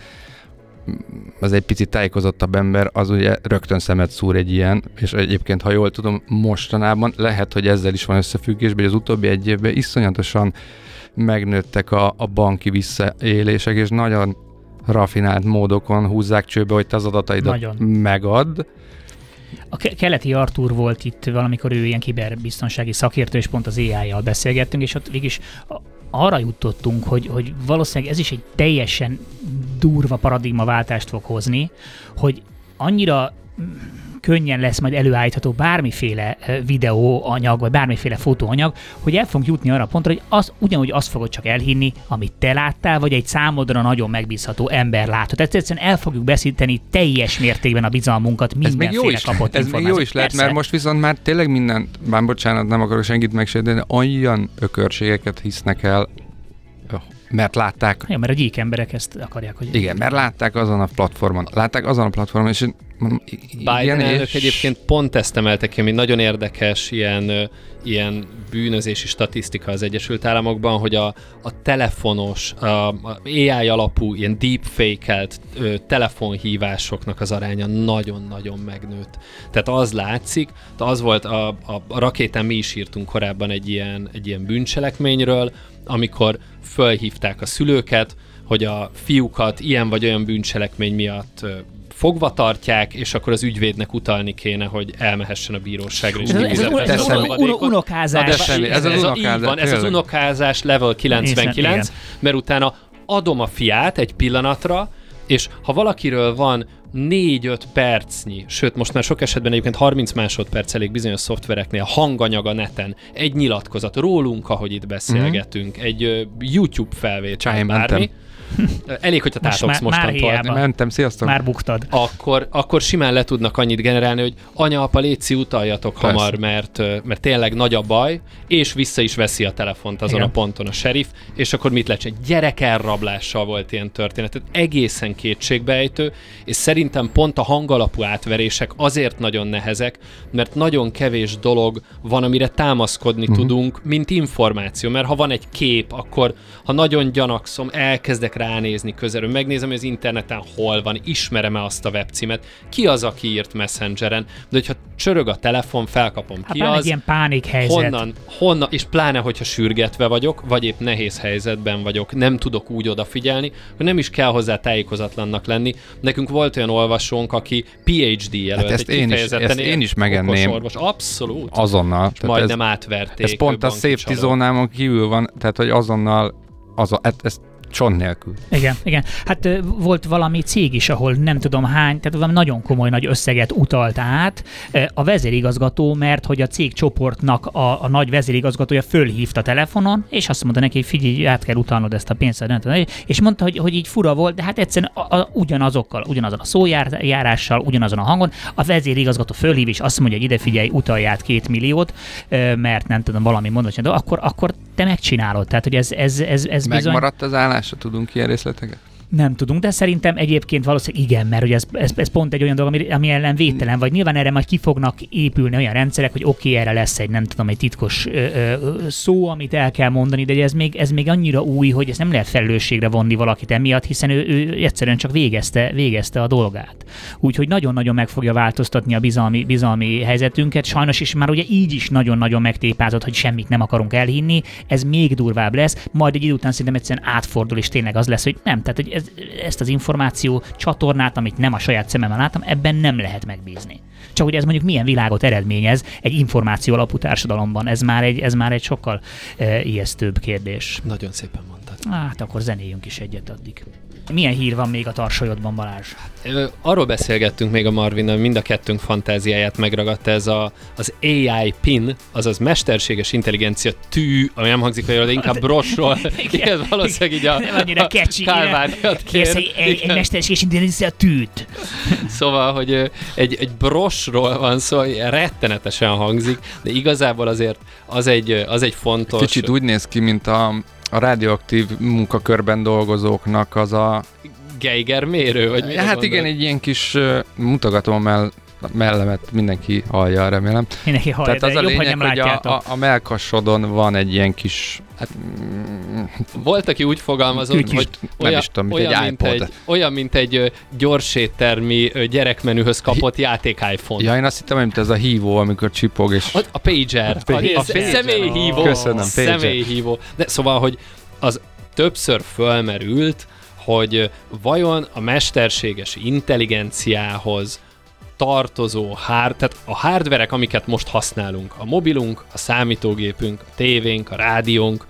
az egy picit tájékozottabb ember, az ugye rögtön szemet szúr egy ilyen, és egyébként, ha jól tudom, mostanában lehet, hogy ezzel is van összefüggésben, hogy az utóbbi egy évben iszonyatosan megnőttek a, a banki visszaélések, és nagyon rafinált módokon húzzák csőbe, hogy te az adataidat nagyon megad. A Keleti Artúr volt itt valamikor, ő ilyen kiberbiztonsági szakértő, és pont az á i-jal beszélgettünk, és ott végig arra jutottunk, hogy, hogy valószínűleg ez is egy teljesen durva paradigmaváltást fog hozni, hogy annyira könnyen lesz majd előállítható bármiféle videóanyag, vagy bármiféle fotóanyag, hogy el fogunk jutni arra a pontra, hogy az, ugyanúgy azt fogod csak elhinni, amit te láttál, vagy egy számodra nagyon megbízható ember látott. Tehát egyszerűen el fogjuk beszíteni teljes mértékben a bizalmunkat mindenféle kapott ez még jó is lehet, mert most viszont már tényleg mindent, bár bocsánat, nem akarok senkit megsérteni, olyan ökörségeket hisznek el, mert látták... Ja, mert a gyík emberek ezt akarják, hogy... Igen, mert látták azon a platformon. Látták azon a platformon, és... Biden elnök és... egyébként pont ezt emelte ki, ami nagyon érdekes ilyen, ilyen bűnözési statisztika az Egyesült Államokban, hogy a, a telefonos, a, a á i alapú, ilyen deepfake-elt ö, telefonhívásoknak az aránya nagyon-nagyon megnőtt. Tehát az látszik, az volt, a, a, a rakétán mi is írtunk korábban egy ilyen, egy ilyen bűncselekményről, amikor fölhívták a szülőket, hogy a fiúkat ilyen vagy olyan bűncselekmény miatt fogva tartják, és akkor az ügyvédnek utalni kéne, hogy elmehessen a bíróságra. És ez, ez, ez, ez az unokázás. Ez, ez, a, így van, ez az unokázás level kilencvenkilenc, mert utána adom a fiát egy pillanatra, és ha valakiről van négy-öt percnyi, sőt most már sok esetben egyébként harminc másodperc elég bizonyos szoftvereknél, hanganyag a neten, egy nyilatkozat rólunk, ahogy itt beszélgetünk, mm-hmm. egy uh, YouTube felvétel, bármi. Elég, hogyha tátogsz most mostantól. Már mentem, sziasztok. Már buktad. Akkor, akkor simán le tudnak annyit generálni, hogy anya, apa, létszi, utaljatok Persze. hamar, mert, mert tényleg nagy a baj, és vissza is veszi a telefont azon Igen. a ponton a sheriff, és akkor mit lehet csinálni? Gyerekelrablással volt ilyen történet. Tehát egészen kétségbeejtő, és szerintem pont a hangalapú átverések azért nagyon nehezek, mert nagyon kevés dolog van, amire támaszkodni uh-huh. tudunk, mint információ. Mert ha van egy kép, akkor ha nagyon gyanakszom, elkezdek ránézni közelről, megnézem, hogy az interneten hol van, ismerem-e azt a webcímet, ki az, aki írt Messengeren, de hogyha csörög a telefon, felkapom hát ki az, egy ilyen pánikhelyzet. Honnan, honnan, és pláne, hogyha sürgetve vagyok, vagy épp nehéz helyzetben vagyok, nem tudok úgy odafigyelni, hogy nem is kell hozzá tájékozatlannak lenni. Nekünk volt olyan olvasónk, aki pé há dé jelölt, hát ezt egy én is, ezt én is megenném. Abszolút. Azonnal. És majdnem ez, átverték. Ez pont a safety zónámon kívül van, tehát hogy azonnal az a, ez csont nélkül. Igen, igen. Hát volt valami cég is, ahol nem tudom hány, tehát valami nagyon komoly nagy összeget utalt át a vezérigazgató, mert hogy a cég csoportnak a, a nagy vezérigazgatója fölhívta telefonon, és azt mondta neki, hogy figyelj, át kell utalnod ezt a pénzt, és mondta, hogy, hogy így fura volt, de hát egyszerűen a, a, ugyanazokkal, ugyanazon a szójárással, ugyanazon a hangon, a vezérigazgató fölhív, és azt mondja, hogy ide figyelj, utalj át két milliót, mert nem tudom, valami mondani, de akkor, akkor te megcsinálod. Tehát, hogy ez, ez, ez, ez bizony... Megmaradt az állás? Tudunk ilyen részleteket? Nem tudunk, de szerintem egyébként valószínűleg igen, mert hogy ez, ez, ez pont egy olyan dolog, ami, ami ellen védtelen, vagy nyilván erre majd ki fognak épülni olyan rendszerek, hogy oké, okay, erre lesz egy, nem tudom, egy titkos ö, ö, szó, amit el kell mondani, de ez még, ez még annyira új, hogy ezt nem lehet felelősségre vonni valakit emiatt, hiszen ő, ő egyszerűen csak végezte, végezte a dolgát. Úgyhogy nagyon-nagyon meg fogja változtatni a bizalmi, bizalmi helyzetünket, sajnos is már ugye így is nagyon-nagyon megtépázott, hogy semmit nem akarunk elhinni, ez még durvább lesz, majd egy idő után szerintem egyszerűen átfordul, és tényleg az lesz, hogy nem, tehát hogy ez, ezt az információ csatornát, amit nem a saját szememmel láttam, ebben nem lehet megbízni. Csak hogy ez mondjuk milyen világot eredményez egy információ alapú társadalomban, ez már egy, ez már egy sokkal e, ijesztőbb kérdés. Nagyon szépen mondtad. Hát akkor zenéljünk is egyet addig. Milyen hír van még a tarsolyodban, Balázs? Arról beszélgettünk még a Marvinnal, mind a kettőnk fantáziáját megragadta ez a, az á i pin, azaz mesterséges intelligencia tű, ami nem hangzik olyan, de inkább brosról. Igen, valószínűleg így a, a kálváriat kér. Egy, egy, egy mesterséges intelligencia tűt. Szóval, hogy egy, egy brosról van szó, rettenetesen hangzik, de igazából azért az egy, az egy fontos... Kicsit úgy néz ki, mint a a radioaktív munkakörben dolgozóknak az a... Geiger mérő, vagy mi? Hát igen, gondolod? Egy ilyen kis uh, mutatom mell- mellemet, mindenki hallja, remélem. Mindenki hallja, tehát az de a jobb, lényeg, hogy hogy a, a, a melkasodon van egy ilyen kis... Hát, volt, aki úgy fogalmazott, hogy olyan, is tudom, olyan, egy mint egy, olyan, mint egy gyorséttermi gyerekmenühöz kapott Hi- játék iPhone. Ja, én azt hittem, mint ez a hívó, amikor csipog, és... A, a pager. A, a, a, a személyhívó. Köszönöm, pager. Személyhívó. De szóval, hogy az többször fölmerült, hogy vajon a mesterséges intelligenciához tartozó hard, tehát a hardverek, amiket most használunk, a mobilunk, a számítógépünk, a tévénk, a rádiónk,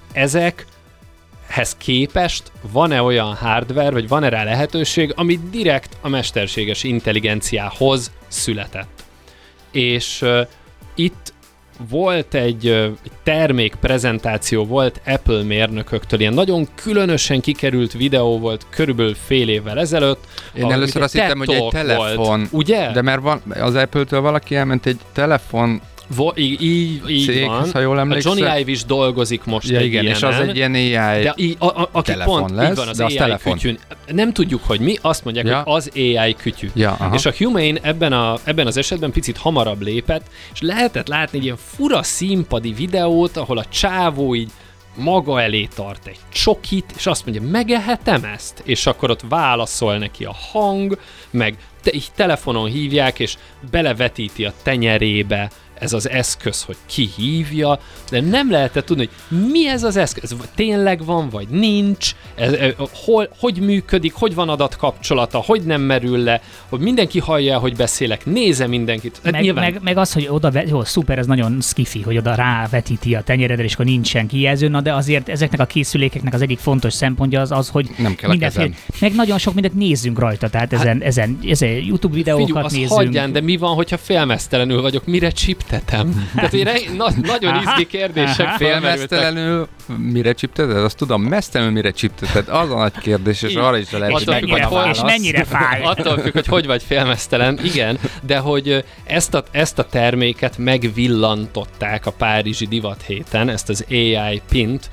ezekhez képest van-e olyan hardware, vagy van-e rá lehetőség, ami direkt a mesterséges intelligenciához született. És uh, itt volt egy, egy termékprezentáció, volt Apple mérnököktől, ilyen nagyon különösen kikerült videó volt körülbelül fél évvel ezelőtt. Én először azt hittem, hogy egy telefon. Volt, ugye? De mert van, az Apple-től valaki elment egy telefon Vo- így így, így cég, van. Ha jól a Johnny Ive is dolgozik most ja, egy igen, ilyenen. És az egy ilyen á i de í- a, a, aki telefon pont, lesz, így van, az, de az á i telefon. kütyűn. Nem tudjuk, hogy mi, azt mondják, ja. hogy az á i kütyű. Ja, és a Humane ebben, a, ebben az esetben picit hamarabb lépett, és lehetett látni egy ilyen fura színpadi videót, ahol a csávó így maga elé tart egy csokit, és azt mondja, megehetem ezt? És akkor ott válaszol neki a hang, meg te, így telefonon hívják, és belevetíti a tenyerébe ez az eszköz, hogy ki hívja, de nem lehetett tudni, hogy mi ez az eszköz, ez tényleg van, vagy nincs, ez, hol, hogy működik, hogy van adatkapcsolata, hogy nem merül le, hogy mindenki hallja, hogy beszélek, néze mindenkit. Meg, nyilván... meg, meg az, hogy oda, jó, szuper, ez nagyon skifi, hogy oda rávetíti a tenyeredre, és akkor nincsen kijelző, na de azért ezeknek a készülékeknek az egyik fontos szempontja az az, hogy nem kell mindenféle, meg nagyon sok mindent nézzünk rajta, tehát ezen, hát, ezen, ezen YouTube videókat figyelj, nézzünk. Hagyján, de mi van, hogyha félmeztelenül vagyok, mire csiptetem? Tehát én na, nagyon izgi kérdések félmeztelenül mire csipteted? Azt tudom, meztelenül mire csipteted? Az a nagy kérdés, és arra is lehet, és mennyire, hogy, és mennyire fáj. Attól függ, hogy hogy vagy félmeztelen, igen, de hogy ezt a, ezt a terméket megvillantották a párizsi divat héten, ezt az á i pint,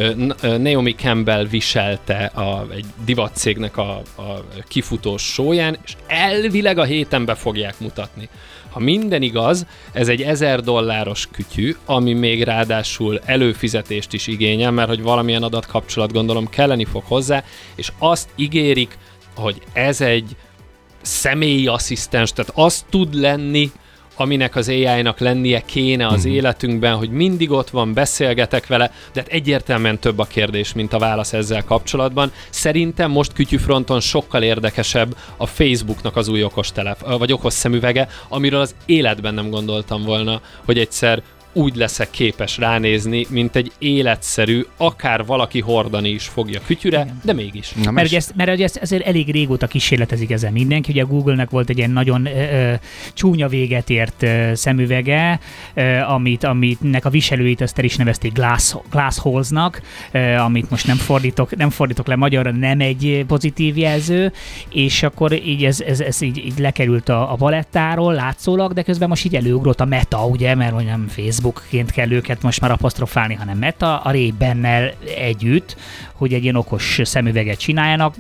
Naomi Campbell viselte a, egy divatcégnek a, a kifutós showyán, és elvileg a héten be fogják mutatni. Ha minden igaz, ez egy ezer dolláros kütyű, ami még ráadásul előfizetést is igényel, mert hogy valamilyen adatkapcsolat gondolom kelleni fog hozzá, és azt ígérik, hogy ez egy személyi asszisztens, tehát az tud lenni, aminek az á i-nak lennie kéne az mm-hmm. életünkben, hogy mindig ott van, beszélgetek vele, de hát egyértelműen több a kérdés, mint a válasz ezzel kapcsolatban. Szerintem most kütyűfronton sokkal érdekesebb a Facebooknak az új okostelef, vagy okos szemüvege, amiről az életben nem gondoltam volna, hogy egyszer úgy leszek képes ránézni, mint egy életszerű, akár valaki hordani is fogja kütyüre, igen. de mégis. Na, mert ugye ezt, mert ugye ezt, ezért elég régóta kísérletezik ezen mindenki. Ugye a Google-nek volt egy ilyen nagyon ö, csúnya véget ért ö, szemüvege, ö, amit, amitnek a viselőit azt el is nevezték glass, glass holes-nak, ö, amit most nem fordítok, nem fordítok le magyarra, nem egy pozitív jelző, és akkor így ez, ez, ez így, így lekerült a, a palettáról látszólag, de közben most így előugrott a Meta, ugye, mert hogy nem Facebook Facebookként kell őket most már apostrofálni, hanem Meta, a Ray-Bannel együtt, hogy egy ilyen okos szemüveget csináljanak.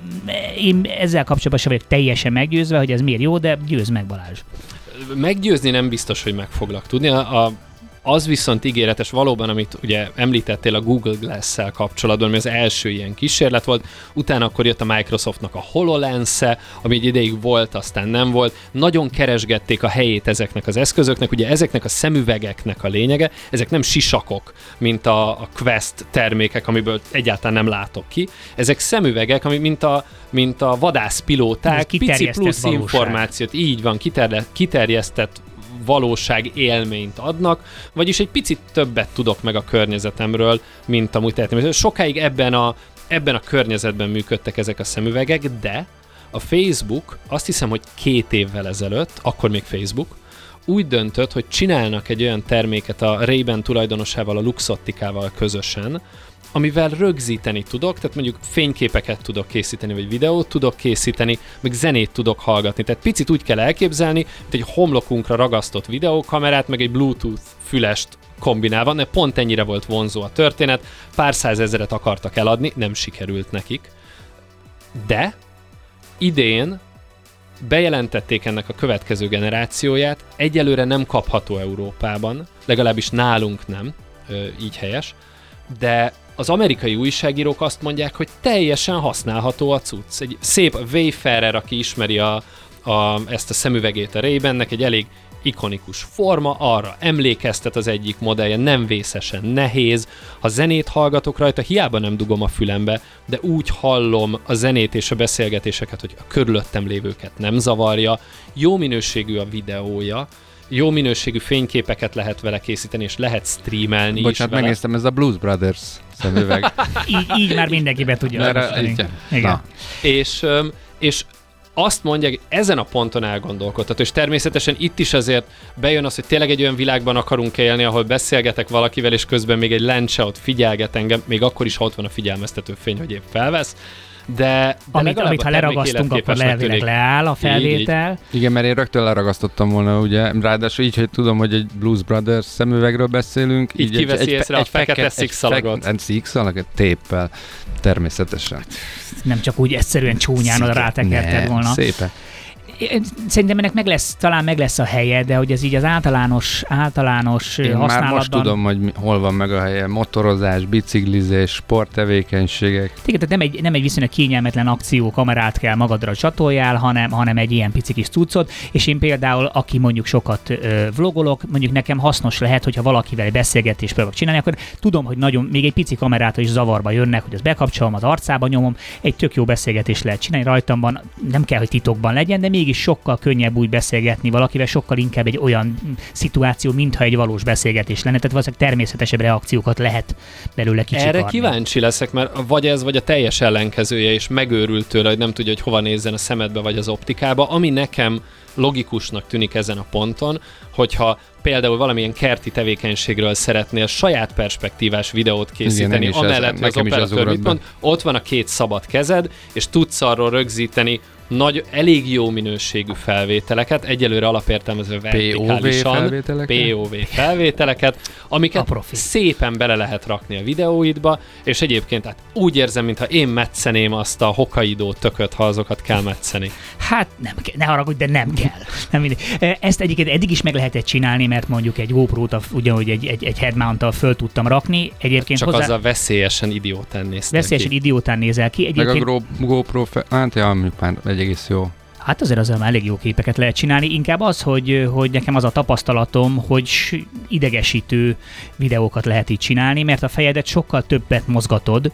Én ezzel kapcsolatban sem vagyok teljesen meggyőzve, hogy ez miért jó, de győz meg, Balázs. Meggyőzni nem biztos, hogy meg foglak tudni. A, a Az viszont ígéretes valóban, amit ugye említettél a Google Glass-szel kapcsolatban, ami az első ilyen kísérlet volt, utána akkor jött a Microsoftnak a HoloLens-e, ami egy ideig volt, aztán nem volt. Nagyon keresgették a helyét ezeknek az eszközöknek, ugye ezeknek a szemüvegeknek a lényege, ezek nem sisakok, mint a, a Quest termékek, amiből egyáltalán nem látok ki. Ezek szemüvegek, ami mint a, mint a vadászpilóták, pici plusz valóság. Információt, így van, kiterje, kiterjesztett valóság élményt adnak, vagyis egy picit többet tudok meg a környezetemről, mint amúgy tehetem. Sokáig ebben a, ebben a környezetben működtek ezek a szemüvegek, de a Facebook azt hiszem, hogy két évvel ezelőtt, akkor még Facebook, úgy döntött, hogy csinálnak egy olyan terméket a Ray-Ban tulajdonosával, a Luxotticával közösen, amivel rögzíteni tudok, tehát mondjuk fényképeket tudok készíteni, vagy videót tudok készíteni, meg zenét tudok hallgatni. Tehát picit úgy kell elképzelni, mint egy homlokunkra ragasztott videókamerát, meg egy Bluetooth fülest kombinálva, de pont ennyire volt vonzó a történet, pár százezeret akartak eladni, nem sikerült nekik. De idén bejelentették ennek a következő generációját, egyelőre nem kapható Európában, legalábbis nálunk nem, így helyes, de az amerikai újságírók azt mondják, hogy teljesen használható a cucc. Egy szép Wayfarer, aki ismeri a, a, ezt a szemüvegét a Ray-Bannek, egy elég ikonikus forma, arra emlékeztet az egyik modellje, nem vészesen nehéz. Ha zenét hallgatok rajta, hiába nem dugom a fülembe, de úgy hallom a zenét és a beszélgetéseket, hogy a körülöttem lévőket nem zavarja. Jó minőségű a videója, jó minőségű fényképeket lehet vele készíteni, és lehet streamelni Bocsánat, is vele. megnéztem, ez a Blues Brothers szemüveg. így, így már mindenki be tudja. Mert, igen. igen. És, és azt mondják, hogy ezen a ponton elgondolkodható, és természetesen itt is azért bejön az, hogy tényleg egy olyan világban akarunk élni, ahol beszélgetek valakivel, és közben még egy lencse ott figyelget engem, még akkor is, ha ott van a figyelmeztető fény, hogy épp felvesz. De, de amit, amit ha leragasztunk, akkor elvileg leáll a felvétel. Így, így. Igen, mert én rögtön leragasztottam volna, ugye, ráadásul így, hogy tudom, hogy egy Blues Brothers szemüvegről beszélünk. Így, így kiveszi egy, észre egy, a egy fekete szikszalagot. Egy szikszalagot, téppel, természetesen. Nem csak úgy egyszerűen csúnyán oda rátekerted volna. Szépen. Szerintem ennek meg lesz, talán meg lesz a helye, de hogy ez így az általános, általános Én használatban... már most tudom, hogy mi, hol van meg a helye. Motorozás, biciklizés, sporttevékenységek. Igen, tehát nem egy, nem egy viszonylag kényelmetlen akció, kamerát kell magadra csatoljál, hanem, hanem egy ilyen pici kis cuccot, és én például, aki mondjuk sokat ö, vlogolok, mondjuk nekem hasznos lehet, hogyha valakivel beszélgetést próbálok csinálni, akkor tudom, hogy nagyon, még egy pici kamerától is zavarba jönnek, hogy azt bekapcsolom, az arcába nyomom, egy tök jó beszélgetést lehet csinálni rajtamban, nem kell, hogy titokban legyen, de mégis sokkal könnyebb úgy beszélgetni valakivel, sokkal inkább egy olyan szituáció, mintha egy valós beszélgetés lenne, tehát valószínűleg természetesebb reakciókat lehet belőle kicsikarni. Erre kíváncsi leszek, mert vagy ez, vagy a teljes ellenkezője, és megőrült tőle, hogy nem tudja, hogy hova nézzen a szemedbe, vagy az optikába, ami nekem logikusnak tűnik ezen a ponton, hogyha például valamilyen kerti tevékenységről szeretnél saját perspektívás videót készíteni, igen, amellett, hogy az operatőr mit mond, ott van a két szabad kezed, és tudsz arról rögzíteni nagy, elég jó minőségű felvételeket, egyelőre alapértelmező vertikálisan, pé o vé felvételeket, pé o vé felvételeket amiket szépen bele lehet rakni a videóidba, és egyébként hát úgy érzem, mintha én metszeném azt a Hokkaido tököt, ha azokat kell metszeni. Hát nem kell, ne haragudj, de nem kell. Nem mindegy. Ezt egyébként eddig is meg lehetett csinálni, mert mondjuk egy GoPro-t, ugyanúgy egy, egy, egy headmount-tal föl tudtam rakni. Egyébként csak hozzá... azzal veszélyesen idiótán néztél Veszélyesen ki. idiótán nézel ki. Egyébként... Meg a GoPro, fe... hát ja, már egy egész jó. Hát azért azért elég jó képeket lehet csinálni. Inkább az, hogy, hogy nekem az a tapasztalatom, hogy idegesítő videókat lehet így csinálni, mert a fejedet sokkal többet mozgatod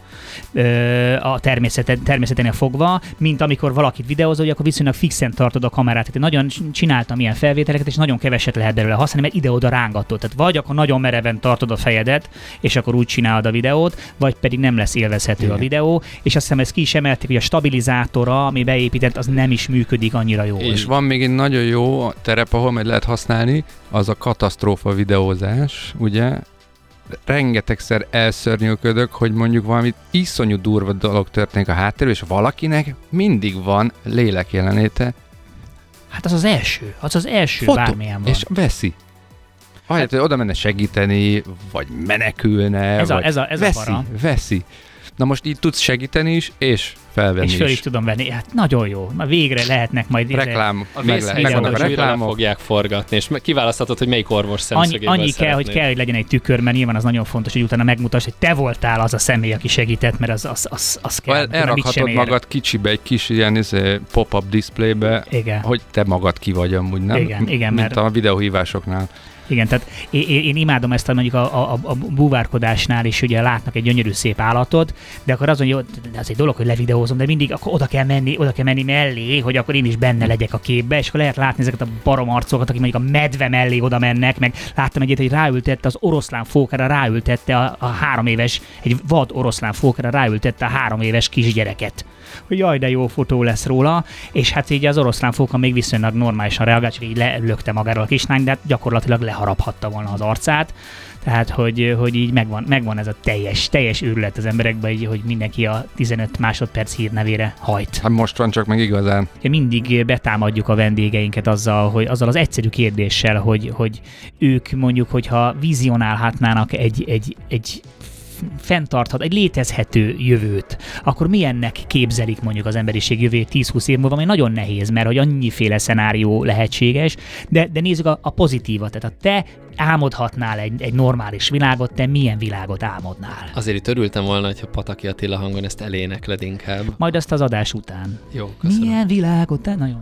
a természeten, természeténél fogva, mint amikor valakit videózol, hogy akkor viszonylag fixen tartod a kamerát. Tehát én nagyon csináltam ilyen felvételeket, és nagyon keveset lehet belőle használni, mert ide-oda rángatod. Tehát vagy akkor nagyon mereven tartod a fejedet, és akkor úgy csinálod a videót, vagy pedig nem lesz élvezhető igen. a videó, és azt hiszem ezt ki is emelték, hogy a stabilizátora, ami beépített, az nem is működik annyira jó. És van még egy nagyon jó terep, ahol majd lehet használni, az a katasztrófa videózás, ugye? Rengetegszer elszörnyűködök, hogy mondjuk valami iszonyú durva dolog történik a háttérben, és valakinek mindig van lélekjelenléte. Hát az az első, az az első Fotó, bármilyen van. És veszi. Ahelyett, hogy oda menne segíteni, vagy menekülne, ez vagy a, ez a, ez veszi, a para. veszi. Na most így tudsz segíteni is, és felvenni és föl is. is tudom venni. Hát nagyon jó. Na végre lehetnek majd... Reklám. A Meg lehet, megvannak a reklámok. fogják forgatni, és kiválaszthatod, hogy melyik orvos szemszögéből Annyi, annyi kell, szeretnéd. hogy kell, hogy legyen egy tükör, mert nyilván az nagyon fontos, hogy utána megmutass, hogy te voltál az a személy, aki segített, mert az, az, az, az kell. El, elrakhatod magad kicsibe, egy kis ilyen izé, pop-up displaybe, igen. hogy te magad ki vagy amúgy, nem? Igen, igen, mint mert... a videóhívásoknál. Igen, tehát én, én imádom ezt a, mondjuk a, a, a búvárkodásnál is, ugye látnak egy gyönyörű szép állatot, de akkor az, hogy jó, az egy dolog, hogy levideózom, de mindig akkor oda kell menni, oda kell menni mellé, hogy akkor én is benne legyek a képbe, és akkor lehet látni ezeket a barom arcokat, akik mondjuk a medve mellé oda mennek, meg láttam egyet, hogy ráültette az oroszlán fókára, ráültette a, a három éves, egy vad oroszlán fókára ráültette a három éves kisgyereket. Hogy jaj, de jó fotó lesz róla, és hát így az oroszlán fóka még viszonylag normálisan reagált, csak így lelökte magáról a kislány, de hát gyakorlatilag leharaphatta volna az arcát. Tehát, hogy, hogy így megvan, megvan ez a teljes, teljes őrület az emberekben, így, hogy mindenki a tizenöt másodperc hírnevére hajt. Hát most van csak meg igazán. Mindig betámadjuk a vendégeinket azzal, hogy, azzal az egyszerű kérdéssel, hogy, hogy ők mondjuk, hogyha vizionálhatnának egy, egy, egy fenntarthat, egy létezhető jövőt, akkor milyennek képzelik mondjuk az emberiség jövőjét tíz-húsz év múlva, ami nagyon nehéz, mert hogy annyiféle szenárió lehetséges, de, de nézzük a, a pozitívat, tehát ha te álmodhatnál egy, egy normális világot, te milyen világot álmodnál? Azért itt örültem volna, hogyha Pataki Attila hangon ezt elénekled inkább. Majd azt az adás után. Jó, köszönöm. Milyen világot, te nagyon...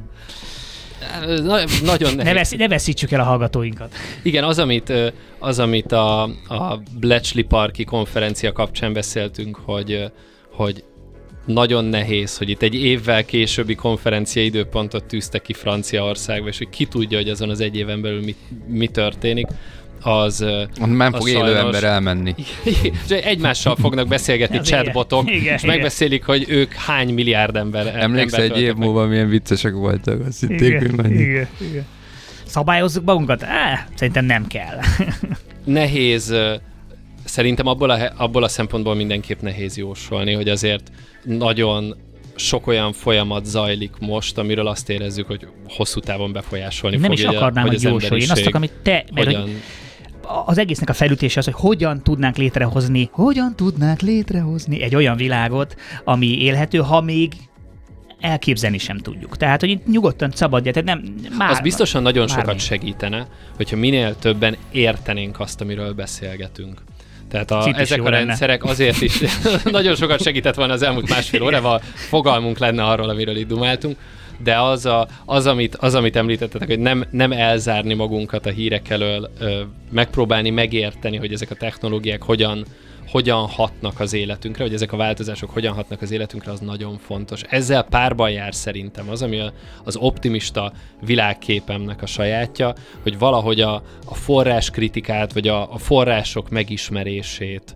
Na, nagyon nehéz. Ne, vesz, ne veszítsük el a hallgatóinkat. Igen, az, amit, az, amit a, a Bletchley Parki konferencia kapcsán beszéltünk, hogy, hogy nagyon nehéz, hogy itt egy évvel későbbi konferencia időpontot tűztek ki Franciaországba, és hogy ki tudja, hogy azon az egy éven belül mi, mi történik, az... Nem fog élő sajnos... ember elmenni. Egymással fognak beszélgetni chatbotok, és igen. megbeszélik, hogy ők hány milliárd ember... Emlékszel egy év múlva milyen viccesek voltak, azt hitték, hogy menni. Igen, igen. Szabályozzuk magunkat? Á, szerintem nem kell. Nehéz, szerintem abból a, abból a szempontból mindenképp nehéz jósolni, hogy azért nagyon sok olyan folyamat zajlik most, amiről azt érezzük, hogy hosszú távon befolyásolni nem fogja, is akarnám, hogy, hogy jósolj. Én azt akarom, hogy te... Mert hogyan... hogy az egésznek a felütése az, hogy hogyan tudnánk létrehozni, hogyan tudnánk létrehozni egy olyan világot, ami élhető, ha még elképzelni sem tudjuk. Tehát, hogy itt nyugodtan szabadja, tehát nem... Már, az biztosan nagyon bármi. sokat segítene, hogyha minél többen értenénk azt, amiről beszélgetünk. Tehát a, ezek a rendszerek lenne. Azért is nagyon sokat segített volna az elmúlt másfél órával, fogalmunk lenne arról, amiről itt dumáltunk, de az, a, az, amit, az amit említettetek, hogy nem, nem elzárni magunkat a hírek elől, ö, megpróbálni megérteni, hogy ezek a technológiák hogyan, hogyan hatnak az életünkre, hogy ezek a változások hogyan hatnak az életünkre, az nagyon fontos. Ezzel párban jár szerintem az, ami a, az optimista világképemnek a sajátja, hogy valahogy a, a forráskritikát, vagy a, a források megismerését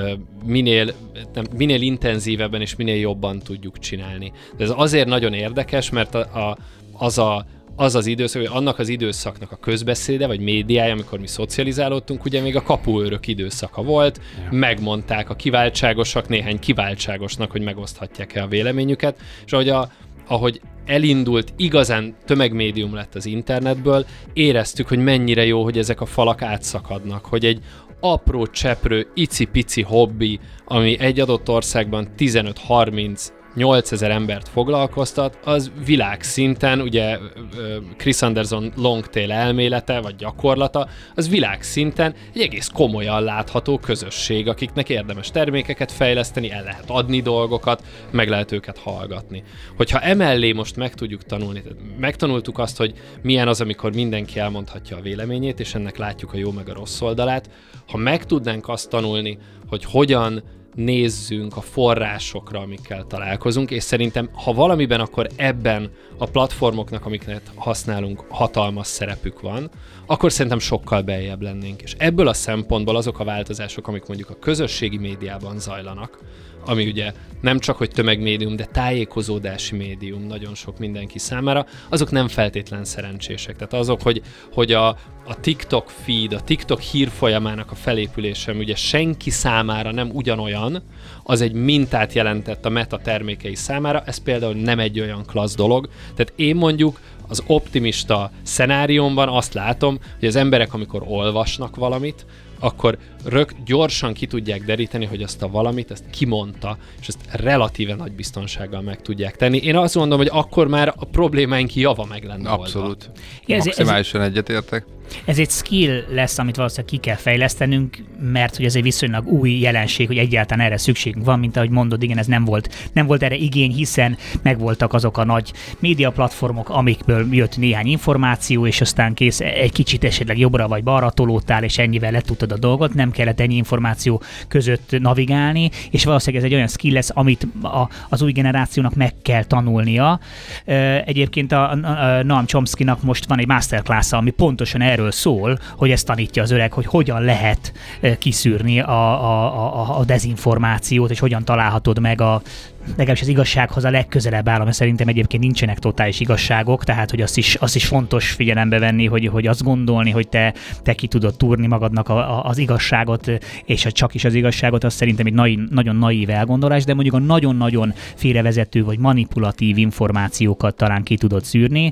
minél, nem, minél intenzívebben és minél jobban tudjuk csinálni. De ez azért nagyon érdekes, mert a, a, az a az az időszak, hogy annak az időszaknak a közbeszéde, vagy médiája, amikor mi szocializálódtunk, ugye még a kapuőrök időszaka volt, ja. Megmondták a kiváltságosak néhány kiváltságosnak, hogy megoszthatják-e a véleményüket, és ahogy, a, ahogy elindult, igazán tömegmédium lett az internetből, éreztük, hogy mennyire jó, hogy ezek a falak átszakadnak, hogy egy apró cseprő, icipici hobbi, ami egy adott országban tizenöt-harminc nyolcezer embert foglalkoztat, az világszinten, ugye Chris Anderson Longtail elmélete, vagy gyakorlata, az világszinten egy egész komolyan látható közösség, akiknek érdemes termékeket fejleszteni, el lehet adni dolgokat, meg lehet őket hallgatni. Hogyha emellé most meg tudjuk tanulni, megtanultuk azt, hogy milyen az, amikor mindenki elmondhatja a véleményét, és ennek látjuk a jó meg a rossz oldalát, ha meg tudnánk azt tanulni, hogy hogyan nézzünk a forrásokra, amikkel találkozunk, és szerintem, ha valamiben, akkor ebben a platformoknak, amiket használunk, hatalmas szerepük van, akkor szerintem sokkal beljebb lennénk. És ebből a szempontból azok a változások, amik mondjuk a közösségi médiában zajlanak, ami ugye nem csak, hogy tömegmédium, de tájékozódási médium nagyon sok mindenki számára, azok nem feltétlen szerencsések. Tehát azok, hogy, hogy a, a TikTok feed, a TikTok hírfolyamának a felépülése, ugye senki számára nem ugyanolyan, az egy mintát jelentett a Meta termékei számára, ez például nem egy olyan klassz dolog. Tehát én mondjuk az optimista szenáriómban azt látom, hogy az emberek, amikor olvasnak valamit, akkor rög gyorsan ki tudják deríteni, hogy azt a valamit, ezt kimondta, és ezt relatíve nagy biztonsággal meg tudják tenni. Én azt mondom, hogy akkor már a problémáink java meg lenne Abszolút. Ja, ez, Maximálisan ez, egyetértek. Ez egy skill lesz, amit valószínűleg ki kell fejlesztenünk, mert hogy ez egy viszonylag új jelenség, hogy egyáltalán erre szükségünk van, mint ahogy mondod, igen, ez nem volt, nem volt erre igény, hiszen megvoltak azok a nagy médiaplatformok, amikből jött néhány információ, és aztán kész, egy kicsit esetleg jobbra vagy balra tolódtál, és ennyivel letudtad a dolgot, nem kellett ennyi információ között navigálni, és valószínűleg ez egy olyan skill lesz, amit a, az új generációnak meg kell tanulnia. Egyébként a, a, a Noam Chomskynak most van egy masterclass, ami pontosan erről szól, hogy ezt tanítja az öreg, hogy hogyan lehet kiszűrni a, a, a, a dezinformációt, és hogyan találhatod meg a legalábbis az igazsághoz a legközelebb áll, mert szerintem egyébként nincsenek totális igazságok, tehát hogy azt is, azt is fontos figyelembe venni, hogy, hogy azt gondolni, hogy te, te ki tudod túrni magadnak a, a, az igazságot, és csak is az igazságot, az szerintem egy nai, nagyon naív elgondolás, de mondjuk a nagyon-nagyon félrevezető vagy manipulatív információkat talán ki tudod szűrni.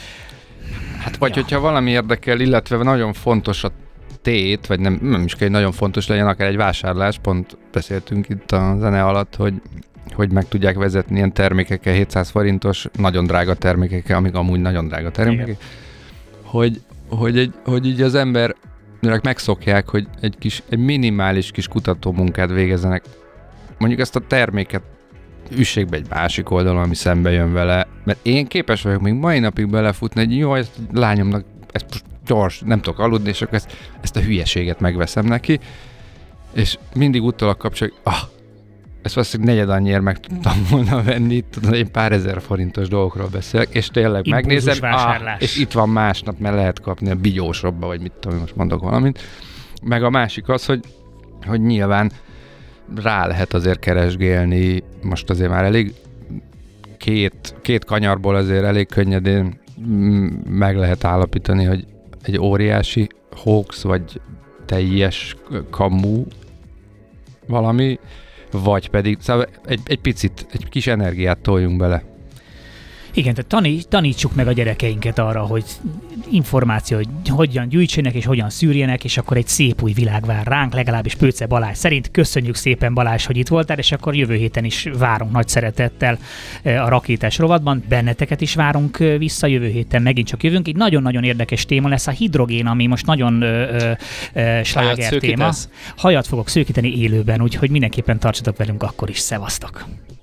Hát vagy ja. hogyha valami érdekel, illetve nagyon fontos a tét, vagy nem, nem is kell, nagyon fontos legyen, akár egy vásárlás, pont beszéltünk itt a zene alatt, hogy hogy meg tudják vezetni ilyen termékekkel, hétszáz forintos, nagyon drága termékekkel, amik amúgy nagyon drága termékek, hogy, hogy, egy, hogy így az emberek megszokják, hogy egy kis, egy minimális kis kutatómunkát végezzenek. Mondjuk ezt a terméket üssék be egy másik oldalon, ami szembe jön vele, mert én képes vagyok még mai napig belefutni, hogy jó, ezt lányomnak, ezt gyors, nem tudok aludni, és akkor ezt, ezt a hülyeséget megveszem neki, és mindig utólag kapcsoljuk, ah, ezt valószínűleg negyed annyiért meg tudtam volna venni, tudom, egy pár ezer forintos dolgokról beszélek, és tényleg impulzus megnézem, ah, és itt van másnap, mert lehet kapni a bigyósokba, vagy mit tudom, most mondok valamit. Meg a másik az, hogy, hogy nyilván rá lehet azért keresgélni, most azért már elég két, két kanyarból azért elég könnyedén meg lehet állapítani, hogy egy óriási hoax, vagy teljes kamu valami, vagy pedig szóval egy, egy picit, egy kis energiát toljunk bele. Igen, tehát taní, tanítsuk meg a gyerekeinket arra, hogy információ, hogy hogyan gyűjtsenek és hogyan szűrjenek, és akkor egy szép új világ vár ránk, legalábbis Pőce Balázs szerint. Köszönjük szépen, Balázs, hogy itt voltál, és akkor jövő héten is várunk nagy szeretettel a rakétás rovatban. Benneteket is várunk vissza, jövő héten megint csak jövünk. Így nagyon-nagyon érdekes téma lesz a hidrogén, ami most nagyon ö, ö, sláger téma. Hajat fogok szőkíteni élőben, úgyhogy mindenképpen tartsatok velünk akkor is. Szevasztok!